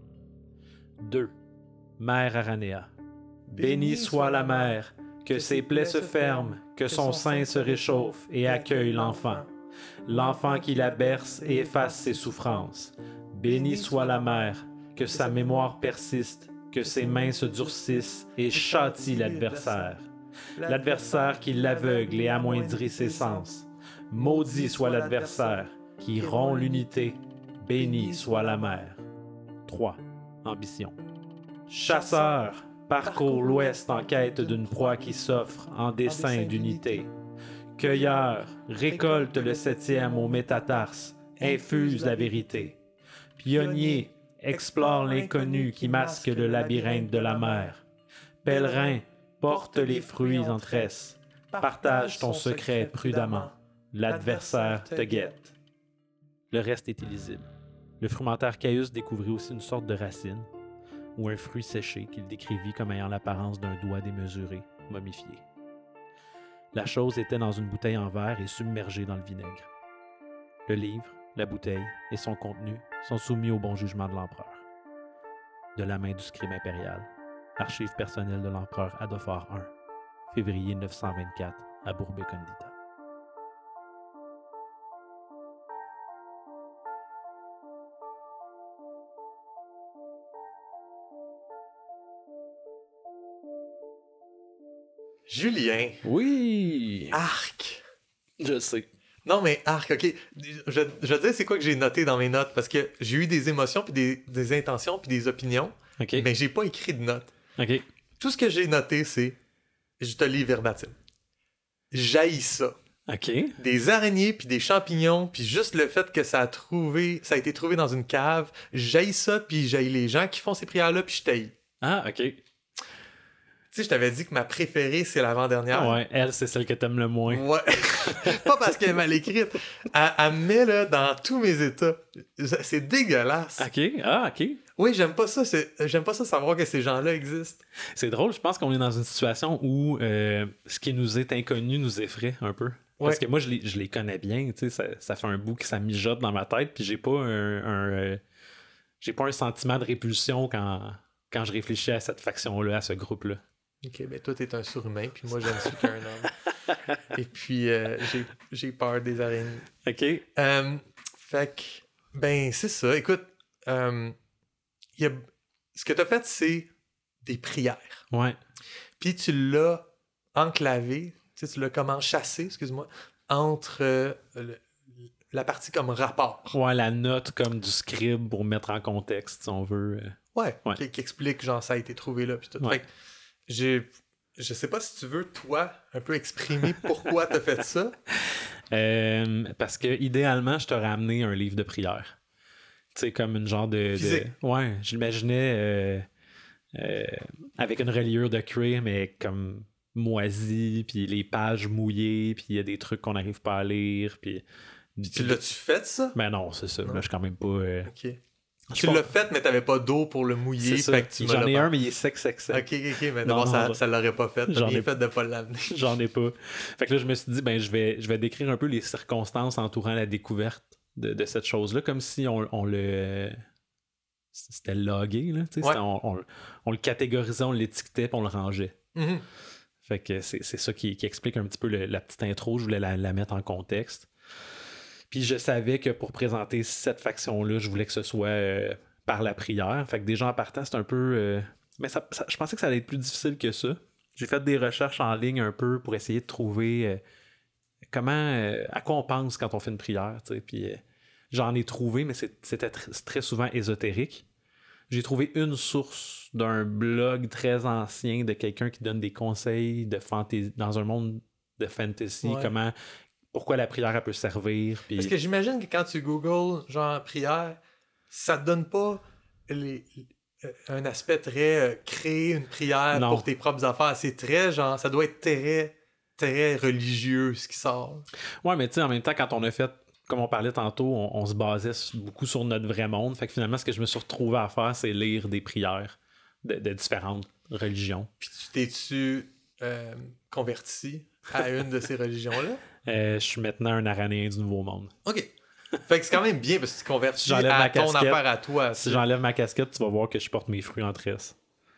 deux. Mère Aranea. Bénie soit la mère, que ses plaies se ferment, que son sein se réchauffe et accueille l'enfant. L'enfant qui la berce et efface ses souffrances. Bénie soit la mère, que sa mémoire persiste, que ses mains se durcissent et châtie l'adversaire. L'adversaire qui l'aveugle et amoindrit ses sens. Maudit soit l'adversaire qui rompt l'unité. Bénie soit la mère. trois. Ambition. Chasseur, parcours l'Ouest en quête d'une proie qui s'offre en dessein d'unité. Cueilleur, récolte le septième au métatarse, infuse la vérité. Pionnier, explore l'inconnu qui masque le labyrinthe de la mer. Pèlerin, porte les fruits en tresse. Partage ton secret prudemment. L'adversaire te guette. Le reste est illisible. Le frumentaire Caius découvrit aussi une sorte de racine, ou un fruit séché qu'il décrivit comme ayant l'apparence d'un doigt démesuré, momifié. La chose était dans une bouteille en verre et submergée dans le vinaigre. Le livre, la bouteille et son contenu sont soumis au bon jugement de l'empereur. De la main du scribe impérial, archives personnelles de l'empereur Adophar I, février neuf cent vingt-quatre, à Bourbe Condita. Julien. Oui! Arc. Je sais. Non, mais arc, ok. Je, je veux dire, c'est quoi que j'ai noté dans mes notes? Parce que j'ai eu des émotions, puis des, des intentions, puis des opinions, OK. mais j'ai pas écrit de notes. OK. Tout ce que j'ai noté, c'est... Je te lis verbatim. J'haïs ça. OK. Des araignées, puis des champignons, puis juste le fait que ça a trouvé, ça a été trouvé dans une cave. J'haïs ça, puis j'haïs les gens qui font ces prières-là, puis je t'haïs. Ah, OK. Tu sais, je t'avais dit que ma préférée, c'est l'avant-dernière. Ah ouais, elle, c'est celle que t'aimes le moins. Ouais. Pas parce qu'elle est mal écrite. Elle, elle me met là, dans tous mes états. C'est dégueulasse. OK. Ah, OK. Oui, j'aime pas ça. C'est... J'aime pas ça savoir que ces gens-là existent. C'est drôle, je pense qu'on est dans une situation où euh, ce qui nous est inconnu nous effraie un peu. Parce Ouais. que moi, je les, je les connais bien, tu sais, ça, ça fait un bout que ça mijote dans ma tête, puis j'ai pas un, un euh, j'ai pas un sentiment de répulsion quand, quand je réfléchis à cette faction-là, à ce groupe-là. Ok, ben toi, t'es un surhumain, puis moi, je ne suis qu'un homme. Et puis, euh, j'ai, j'ai peur des araignées. OK. Euh, fait que, ben, c'est ça. Écoute, euh, y a... ce que t'as fait, c'est des prières. Ouais. Puis tu l'as enclavé, tu sais, tu l'as comment chassé, excuse-moi, entre euh, le- la partie comme rapport. Ouais, la note comme du scribe pour mettre en contexte, si on veut. euh. Ouais, Ouais. Qui, qui explique, genre, ça a été trouvé là, puis tout. Ouais. Fait que j'ai... Je sais pas si tu veux, toi, un peu exprimer pourquoi t'as fait ça. Euh, parce que idéalement, je t'aurais amené un livre de prière. Tu sais, comme une genre de. Physique. de... Ouais, je l'imaginais euh, euh, avec une reliure de cuir, mais comme moisie, puis les pages mouillées, puis il y a des trucs qu'on n'arrive pas à lire, puis. Tu l'as-tu fait, ça? Ben non, c'est ça. Non. Là, je suis quand même pas. euh, Ok. Tu l'as fait, mais t'avais pas d'eau pour le mouiller. C'est ça. Fait que tu J'en m'as ai pas... un, mais il est sec, sec, sec. Ok, ok, ok. Mais Non, d'abord, non, ça, non. ça l'aurait pas fait. T'as J'en bien ai- fait de pas l'amener. J'en ai pas. Fait que là, je me suis dit, ben, je vais, je vais décrire un peu les circonstances entourant la découverte de, de cette chose-là, comme si on, on le. C'était logué, là. tu sais, Ouais. c'était- On, on- on le catégorisait, on l'étiquetait, puis on le rangeait. Mhm. Fait que c'est, c'est ça qui, qui explique un petit peu le- la petite intro. Je voulais la, la mettre en contexte. Puis je savais que pour présenter cette faction-là, je voulais que ce soit euh, par la prière. Fait que déjà en partant, c'est un peu. euh, Mais ça, ça- je pensais que ça allait être plus difficile que ça. J'ai fait des recherches en ligne un peu pour essayer de trouver euh, comment. euh, à quoi on pense quand on fait une prière. tu sais. Puis euh, j'en ai trouvé, mais c'est- c'était tr- c'est très souvent ésotérique. J'ai trouvé une source d'un blog très ancien de quelqu'un qui donne des conseils de fantasy dans un monde de fantasy, Ouais. comment pourquoi la prière elle peut servir. Puis... Parce que j'imagine que quand tu googles genre prière, ça te donne pas les, euh, un aspect très euh, créer une prière Non. pour tes propres affaires. C'est très genre, ça doit être très, très religieux ce qui sort. Ouais, mais tu sais, en même temps, quand on a fait, comme on parlait tantôt, on, on se basait s- beaucoup sur notre vrai monde. Fait que finalement, ce que je me suis retrouvé à faire, c'est lire des prières de, de différentes religions. Puis tu t'es-tu euh, converti à une de ces religions-là? Euh, je suis maintenant un Aranéen du Nouveau Monde. OK. Fait que c'est quand même bien parce que tu te convertis Si j'enlève à ma ton casquette, affaire à toi. Si j'enlève ma casquette, tu vas voir que je porte mes fruits en tresse.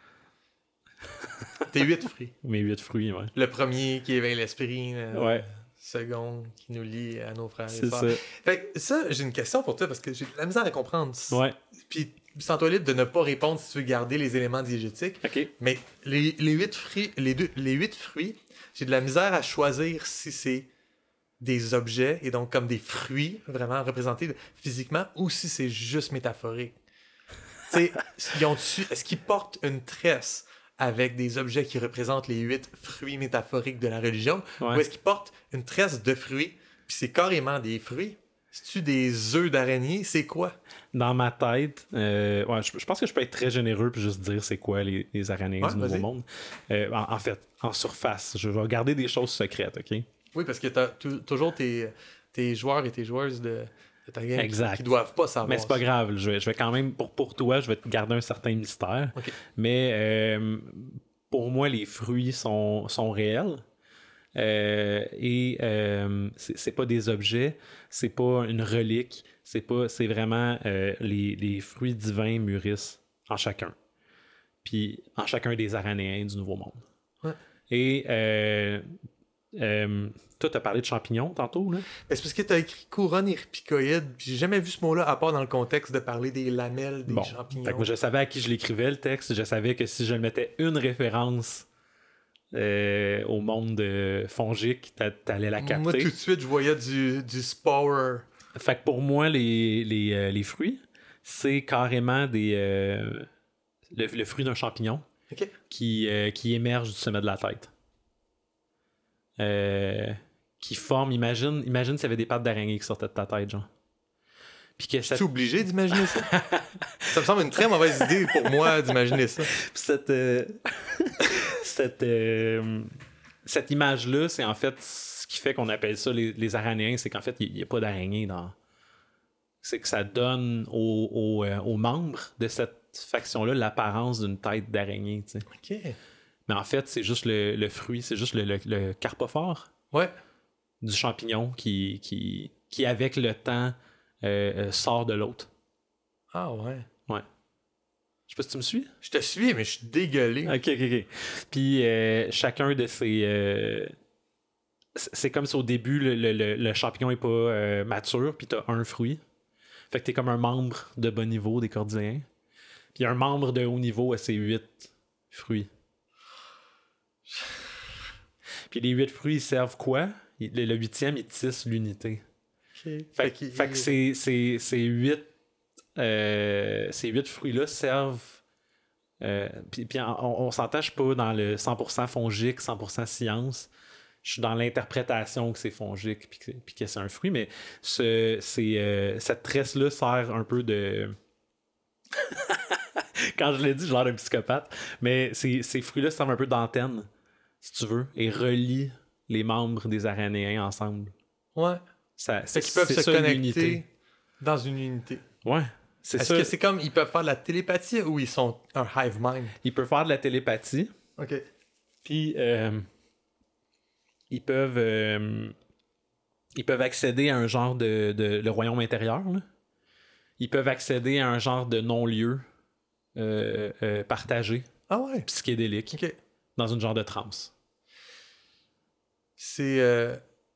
Tes huit fruits. Mes huit fruits, ouais. Le premier qui éveille l'esprit. Le Ouais. second qui nous lie à nos frères et C'est sœurs. ça. Fait que ça, j'ai une question pour toi parce que j'ai de la misère à comprendre. Ouais. Puis sens-toi libre de ne pas répondre si tu veux garder les éléments diégétiques. OK. Mais les, les huit fruits, les deux, les huit fruits, j'ai de la misère à choisir si c'est des objets et donc comme des fruits vraiment représentés physiquement ou si c'est juste métaphorique. Tu sais, ils ont-tu- est-ce qu'ils portent une tresse avec des objets qui représentent les huit fruits métaphoriques de la religion Ouais. ou est-ce qu'ils portent une tresse de fruits puis c'est carrément des fruits? C'est-tu des œufs d'araignée? C'est quoi? Dans ma tête, euh, ouais, je, je pense que je peux être très généreux puis juste dire c'est quoi les, les Aranéens Ouais, du Nouveau vas-y. Monde. Euh, en, en fait, en surface, je vais garder des choses secrètes, OK? Oui, parce que t'as tou- toujours tes, tes joueurs et tes joueuses de, de ta game qui- Exact. qui doivent pas savoir. Mais c'est pas ça. grave, je vais, je vais quand même, pour, pour toi, je vais te garder un certain mystère. Ok. Mais euh, pour moi, les fruits sont, sont réels. Euh, et euh, c'est c'est pas des objets, c'est pas une relique, c'est pas, c'est vraiment euh, les, les fruits divins mûrissent en chacun. Puis en chacun des Aranéens du Nouveau Monde. Ouais. Et euh, euh, toi, t'as parlé de champignons tantôt, là? Mais c'est parce que t'as écrit couronne épicoïde, puis j'ai jamais vu ce mot-là à part dans le contexte de parler des lamelles, des Bon, champignons. fait que moi, je savais à qui je l'écrivais le texte. Je savais que si je mettais une référence euh, au monde euh, fongique, t'a- t'allais la capter. Moi, tout de suite, je voyais du, du spore. Fait que pour moi, les, les, euh, les fruits, c'est carrément des euh, le, le fruit d'un champignon OK? qui, euh, qui émerge du sommet de la tête. Euh, qui forme, imagine, imagine s'il y avait des pattes d'araignée qui sortaient de ta tête, genre. Puis que Je cette, suis obligé d'imaginer ça. Ça me semble une très mauvaise idée pour moi d'imaginer ça. cette, euh, cette, euh, cette image-là, c'est en fait ce qui fait qu'on appelle ça les, les aranéens, c'est qu'en fait, il n'y a pas d'araignée dans. C'est que ça donne aux, aux, euh, aux membres de cette faction-là l'apparence d'une tête d'araignée, tu sais. OK. Mais en fait, c'est juste le, le fruit, c'est juste le, le, le carpophore Ouais. du champignon qui, qui, qui avec le temps, euh, euh, sort de l'autre. Ah ouais. Ouais. Je sais pas si tu me suis. Je te suis, mais je suis dégueulé. Ok, ok, ok. Puis euh, chacun de ces. euh, c'est c'est comme si au début, le, le- le- le champignon est pas euh, mature, puis t'as un fruit. Fait que t'es comme un membre de bas niveau des Cordilléens. Puis un membre de haut niveau a ses huit fruits. Puis les huit fruits, ils servent quoi? Il- Le, le huitième, il tisse l'unité. OK. Fait, qu'il- fait que ces, ces, ces huit, euh, ces huit fruits-là servent. Euh, puis puis on, on s'entend, je suis pas dans le cent pour cent fongique, cent pour cent science. Je suis dans l'interprétation que c'est fongique puis que, puis que c'est un fruit, mais ce, c'est, euh, cette tresse-là sert un peu de. Quand je l'ai dit, j'ai l'air d'un psychopathe, mais ces, ces fruits-là servent un peu d'antenne, si tu veux, et relient les membres des Aranéens ensemble. Ouais. Ça, Fait c'est, qu'ils peuvent c'est se ça, connecter l'unité. dans une unité. Ouais. C'est Est-ce ça. que c'est comme, ils peuvent faire de la télépathie ou ils sont un hive mind? Ils peuvent faire de la télépathie. OK. Puis, euh, ils peuvent... euh, ils peuvent accéder à un genre de... de le royaume intérieur, là. Ils peuvent accéder à un genre de non-lieu euh, euh, partagé, Ah ouais? psychédélique, OK. dans une genre de transe. C'est... Euh...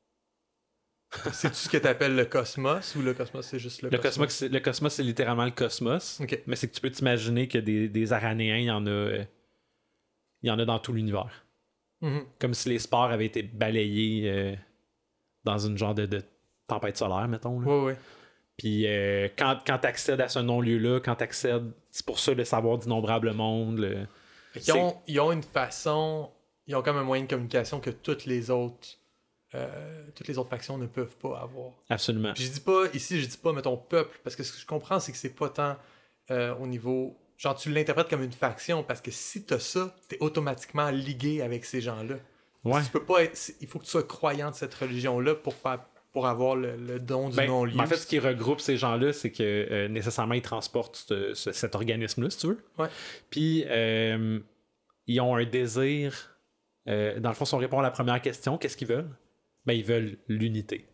C'est-tu ce que t'appelles le cosmos ou le cosmos, c'est juste le, Le cosmos? cosmos, c'est, le cosmos, c'est littéralement le cosmos. OK. Mais c'est que tu peux t'imaginer que des, des aranéens, il y en a... euh, il y en a dans tout l'univers. Mhm. Comme si les sports avaient été balayés euh, dans une genre de, de tempête solaire, mettons. Là. Ouais, ouais. Puis euh, quand, quand tu accèdes à ce non-lieu-là, quand tu accèdes, c'est pour ça le savoir d'innombrables mondes. Le... Fait qu'ils ont, ils ont une façon, ils ont comme un moyen de communication que toutes les autres, euh, toutes les autres factions ne peuvent pas avoir. Absolument. Puis je dis pas, ici, je dis pas, mettons, peuple, parce que ce que je comprends, c'est que c'est pas tant euh, au niveau. Genre, tu l'interprètes comme une faction, parce que si t'as ça, t'es automatiquement ligué avec ces gens-là. Ouais. Tu peux pas être. Il faut que tu sois croyant de cette religion-là pour faire. Pour avoir le, le don du Ben, non-lieu. en fait, ce qui regroupe ces gens-là, c'est que euh, nécessairement, ils transportent ce- ce- cet organisme-là, si tu veux. Ouais. Puis, euh, ils ont un désir. euh, dans le fond, si on répond à la première question, qu'est-ce qu'ils veulent? Ben, ils veulent l'unité.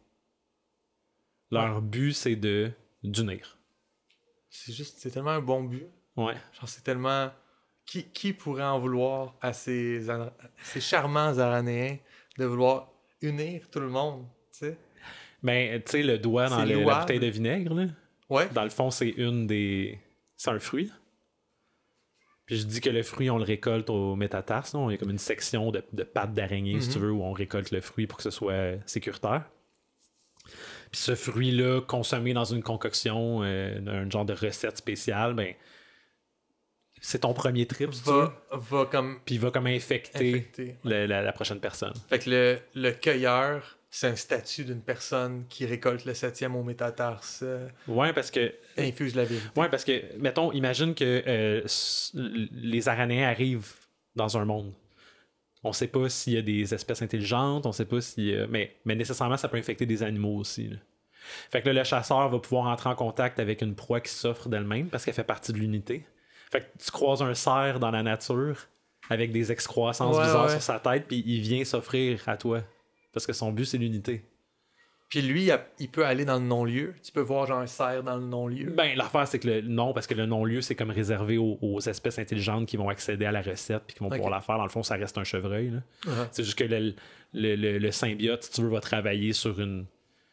Leur Ouais. but, c'est de d'unir. C'est juste. C'est tellement un bon but. Ouais. Genre, c'est tellement. Qui, qui pourrait en vouloir à ces, à ces charmants Aranéens de vouloir unir tout le monde, tu sais? Ben, tu sais, le doigt dans C'est le- la louable. bouteille de vinaigre, là. Ouais. Dans le fond, c'est une des. C'est un fruit. Puis je dis que le fruit, on le récolte au métatarse. Il y a comme une section de, de pattes d'araignée, si Mhm. tu veux, où on récolte le fruit pour que ce soit sécuritaire. Puis ce fruit-là, consommé dans une concoction, euh, un genre de recette spéciale, ben, c'est ton premier trip, si tu veux. Va, va comme Puis il va comme infecter, infecter. le- la, la prochaine personne. Fait que le, le cueilleur, c'est un statut d'une personne qui récolte le septième au métatarse, euh, Ouais, parce que infuse la vérité. Ouais, parce que, mettons, imagine que euh, s- les aranéens arrivent dans un monde. On sait pas s'il y a des espèces intelligentes, on sait pas si. Mais, mais nécessairement, ça peut infecter des animaux aussi. Là. Fait que là, le chasseur va pouvoir entrer en contact avec une proie qui s'offre d'elle-même parce qu'elle fait partie de l'unité. Fait que tu croises un cerf dans la nature avec des excroissances Ouais, bizarres ouais. sur sa tête, puis il vient s'offrir à toi. Parce que son but, c'est l'unité. Puis lui, il, a- il peut aller dans le non-lieu. Tu peux voir genre un cerf dans le non-lieu. Ben, l'affaire, c'est que le non, parce que le non-lieu, c'est comme réservé aux, aux espèces intelligentes qui vont accéder à la recette puis qui vont Ok. pouvoir la faire. Dans le fond, ça reste un chevreuil. Là. Uh-huh. C'est juste que le, le, le, le symbiote, si tu veux, va travailler sur une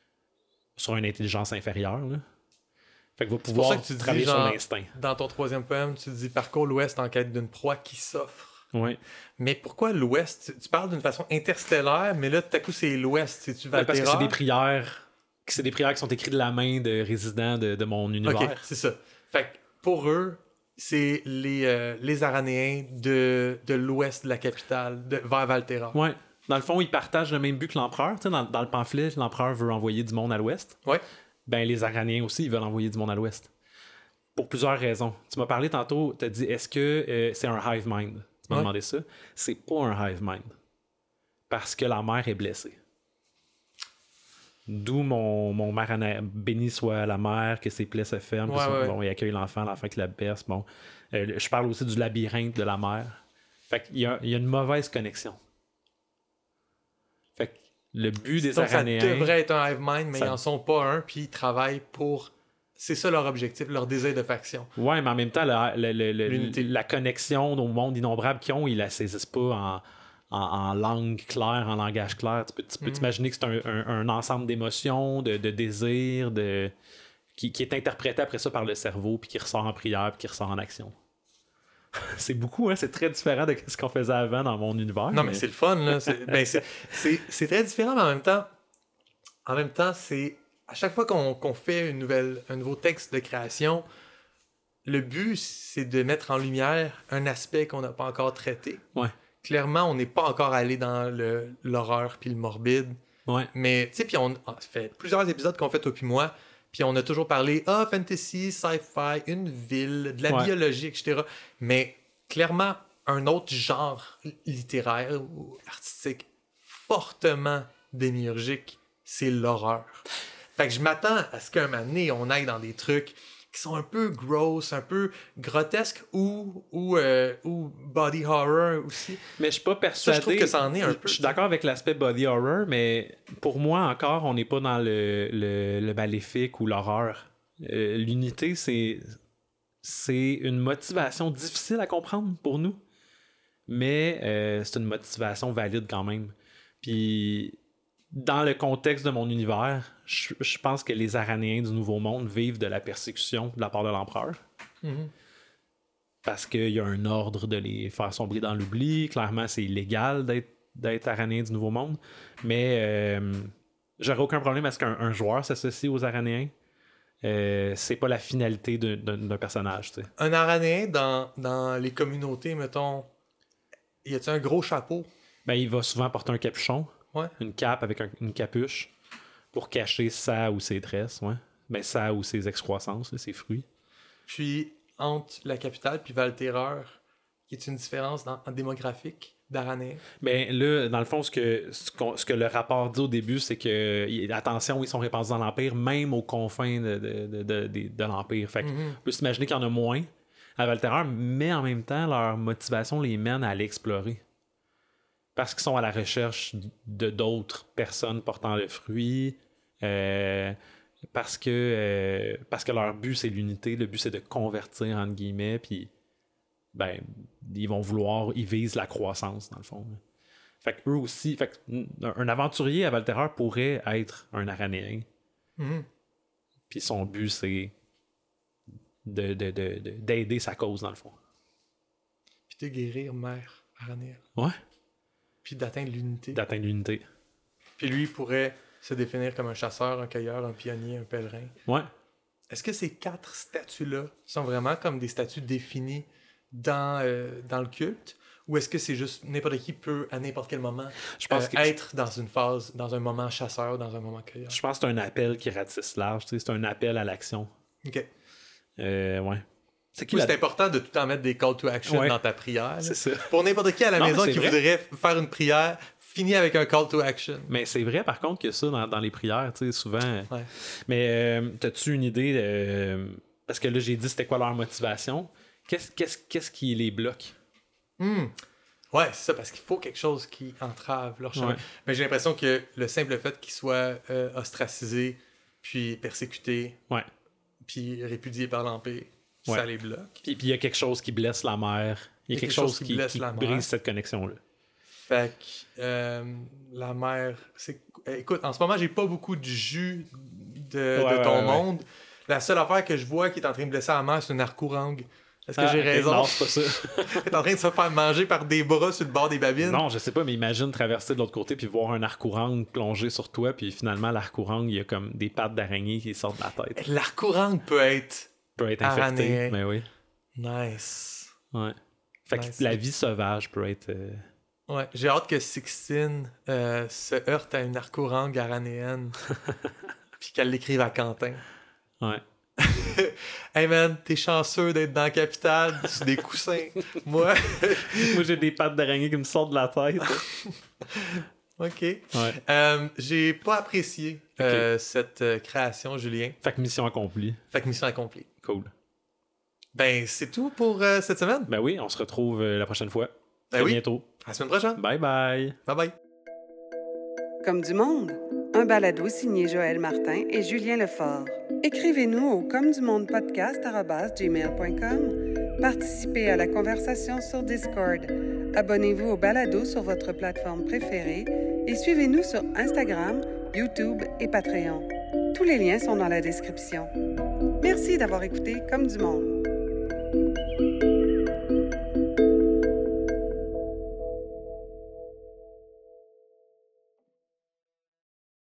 sur une intelligence inférieure. Là. Fait que va pour pouvoir ça que tu dis, travailler genre- sur l'instinct. Dans ton troisième poème, tu dis parcours l'Ouest en quête d'une proie qui s'offre. Ouais. Mais pourquoi l'Ouest? Tu, tu parles d'une façon interstellaire, mais là, tout à coup, c'est l'Ouest. C'est-tu Ben, parce que Valterra? c'est des prières. que C'est des prières qui sont écrites de la main de résidents de, de mon univers. Ok, c'est ça. Fait que pour eux, c'est les, euh, les Aranéens de, de l'ouest de la capitale, de, vers Valterra. Ouais. Dans le fond, ils partagent le même but que l'empereur. Tu sais, dans, dans le pamphlet, l'empereur veut envoyer du monde à l'ouest. Ouais. Ben, les Aranéens aussi, ils veulent envoyer du monde à l'ouest. Pour plusieurs raisons. Tu m'as parlé tantôt, tu as dit, est-ce que euh, c'est un hive mind? Tu m'as Ouais. demandé ça. C'est pas un hive mind. Parce que la mère est blessée. D'où mon, mon marana... béni soit la mère, que ses plaies se ferment, Ouais, que son- ouais, ouais. bon, il accueille l'enfant, l'enfant qui la berce. Bon. Euh, je parle aussi du labyrinthe de la mère. Fait qu'il y a, il y a une mauvaise connexion. Fait que le but des Donc, ça Aranéens... devrait être un hive mind, mais ça- ils en sont pas un, puis ils travaillent pour... C'est ça leur objectif, leur désir de faction. Ouais, mais en même temps, la, la- la- la- L'unité. la connexion au monde innombrable qu'ils ont, ils la saisissent pas en, en, en langue claire, en langage clair. Tu peux, tu peux Mhm. t'imaginer que c'est un, un- un ensemble d'émotions, de, de désirs, de, qui, qui est interprété après ça par le cerveau, puis qui ressort en prière, puis qui ressort en action. C'est beaucoup, hein? C'est très différent de ce qu'on faisait avant dans mon univers. Non, mais c'est le fun, là. C'est, ben, c'est, c'est, c'est très différent, mais en même temps, en même temps, c'est... À chaque fois qu'on, qu'on fait une nouvelle, un nouveau texte de création, le but, c'est de mettre en lumière un aspect qu'on n'a pas encore traité. Ouais. Clairement, on n'est pas encore allé dans le, l'horreur puis le morbide. Ouais. Mais, tu sais, puis on a fait plusieurs épisodes qu'on fait, toi puis moi, puis on a toujours parlé, ah, fantasy, sci-fi, une ville, de la Ouais. biologie, et cetera. Mais clairement, un autre genre littéraire ou artistique fortement démiurgique, c'est l'horreur. Fait que je m'attends à ce qu'un moment donné, on aille dans des trucs qui qui sont un peu gross, un peu grotesques ou, ou, euh, ou body horror aussi. Mais je suis pas persuadé. Ça, je trouve que ça en est un peu. Je suis d'accord avec l'aspect body horror, mais pour moi, encore, on n'est pas dans le, le, le maléfique ou l'horreur. Euh, l'unité, c'est, c'est une motivation difficile à comprendre pour nous, mais euh, c'est une motivation valide quand même. Puis, dans le contexte de mon univers, je, je pense que les Aranéens du Nouveau Monde vivent de la persécution de la part de l'Empereur. Mm-hmm. Parce qu'il y a un ordre de les faire sombrer dans l'oubli. Clairement, c'est illégal d'être, d'être Aranéen du Nouveau Monde. Mais euh, j'aurais aucun problème à ce qu'un un joueur s'associe aux Aranéens. Euh, c'est pas la finalité d'un, d'un, d'un personnage. T'sais. Un Aranéen dans, dans les communautés, mettons, y a-t-il un gros chapeau? Ben, il va souvent porter un capuchon. Ouais. Une cape avec un, une capuche pour cacher sa ou ses tresses. Ouais. Ben, sa ou ses excroissances, là, ses fruits. Puis, entre la capitale puis Val-Terreur, y a-t-il une différence dans, en démographique d'Aranéens? Ben là, dans le fond, ce que, ce, ce que le rapport dit au début, c'est que, attention, ils sont répandus dans l'Empire, même aux confins de, de, de, de, de, de l'Empire. Fait que, Mm-hmm. on peut s'imaginer qu'il y en a moins à Val-Terreur, mais en même temps, leur motivation les mène à aller explorer. Parce qu'ils sont à la recherche de d'autres personnes portant le fruit. Euh, parce que euh, parce que leur but, c'est l'unité. Le but, c'est de convertir, entre guillemets. Puis, ben, ils vont vouloir... Ils visent la croissance, dans le fond. Fait qu'eux aussi... Fait qu'un aventurier à Val-Terreur pourrait être un Aranéen. Mm-hmm. Puis son but, c'est de, de, de, de, d'aider sa cause, dans le fond. Puis de guérir mère Aranéenne. Ouais. Puis d'atteindre l'unité. D'atteindre l'unité. Puis lui, il pourrait se définir comme un chasseur, un cueilleur, un pionnier, un pèlerin. Ouais. Est-ce que ces quatre statuts-là sont vraiment comme des statuts définis dans, euh, dans le culte? Ou est-ce que c'est juste n'importe qui peut, à n'importe quel moment, Je pense euh, que être dans une phase, dans un moment chasseur, dans un moment cueilleur? Je pense que c'est un appel qui ratisse large. Tu sais, c'est un appel à l'action. OK. Euh, ouais. C'est qui Oui, la... c'est important de tout le temps mettre des call to action Ouais. dans ta prière. là. C'est ça. Pour n'importe qui à la Non, maison mais qui c'est vrai. voudrait faire une prière, finit avec un call to action. Mais c'est vrai, par contre, que ça, dans, dans les prières, tu sais, souvent... Ouais. Mais euh, t'as-tu une idée... Euh... Parce que là, j'ai dit c'était quoi leur motivation. Qu'est-ce, qu'est-ce, qu'est-ce qui les bloque? Hmm. Ouais, c'est ça, parce qu'il faut quelque chose qui entrave leur chemin. Ouais. Mais j'ai l'impression que le simple fait qu'ils soient euh, ostracisés, puis persécutés, Ouais. puis répudiés par l'Empire, Ouais. ça les bloque. Puis il y a quelque chose qui blesse la mère. Il y a quelque, chose, qui, blesse qui la brise mère. cette connexion-là. Fait que euh, la mère... c'est Écoute, en ce moment, j'ai pas beaucoup de jus de, Ouais, de ouais, ton ouais, monde. La seule affaire que je vois qui est en train de blesser la mère, c'est une arcourang. Est-ce que Ah, j'ai ok, raison? Non, c'est pas ça. Elle est en train de se faire manger par des bras sur le bord des babines. Non, je sais pas, mais imagine traverser de l'autre côté puis voir un arc-ourang plonger sur toi, puis finalement, l'arc-ourang, il y a comme des pattes d'araignée qui sortent de la tête. L'arcourang peut être... Peut être infecté, Aranéen. mais oui. Nice. Ouais. Fait Nice. que la vie sauvage peut être... euh, Ouais, j'ai hâte que Sixtine euh, se heurte à une arcourang aranéenne puis qu'elle l'écrive à Quentin. Ouais. Hey man, t'es chanceux d'être dans la capitale sur des coussins. Moi, Moi, j'ai des pattes d'araignée qui me sortent de la tête. ok. Ouais. Euh, j'ai pas apprécié euh, cette euh, création, Julien. Fait que mission accomplie. Fait que mission accomplie. Cool. Ben, c'est tout pour euh, cette semaine. Ben oui, on se retrouve euh, la prochaine fois. Ben Très oui. bientôt. À la semaine prochaine. Bye bye. Bye bye. Comme du monde, un balado signé Joël Martin et Julien Lefort. Écrivez-nous au comme du monde podcast arobase gmail point com. Participez à la conversation sur Discord. Abonnez-vous au balado sur votre plateforme préférée et suivez-nous sur Instagram, YouTube et Patreon. Tous les liens sont dans la description. Merci d'avoir écouté Comme du monde.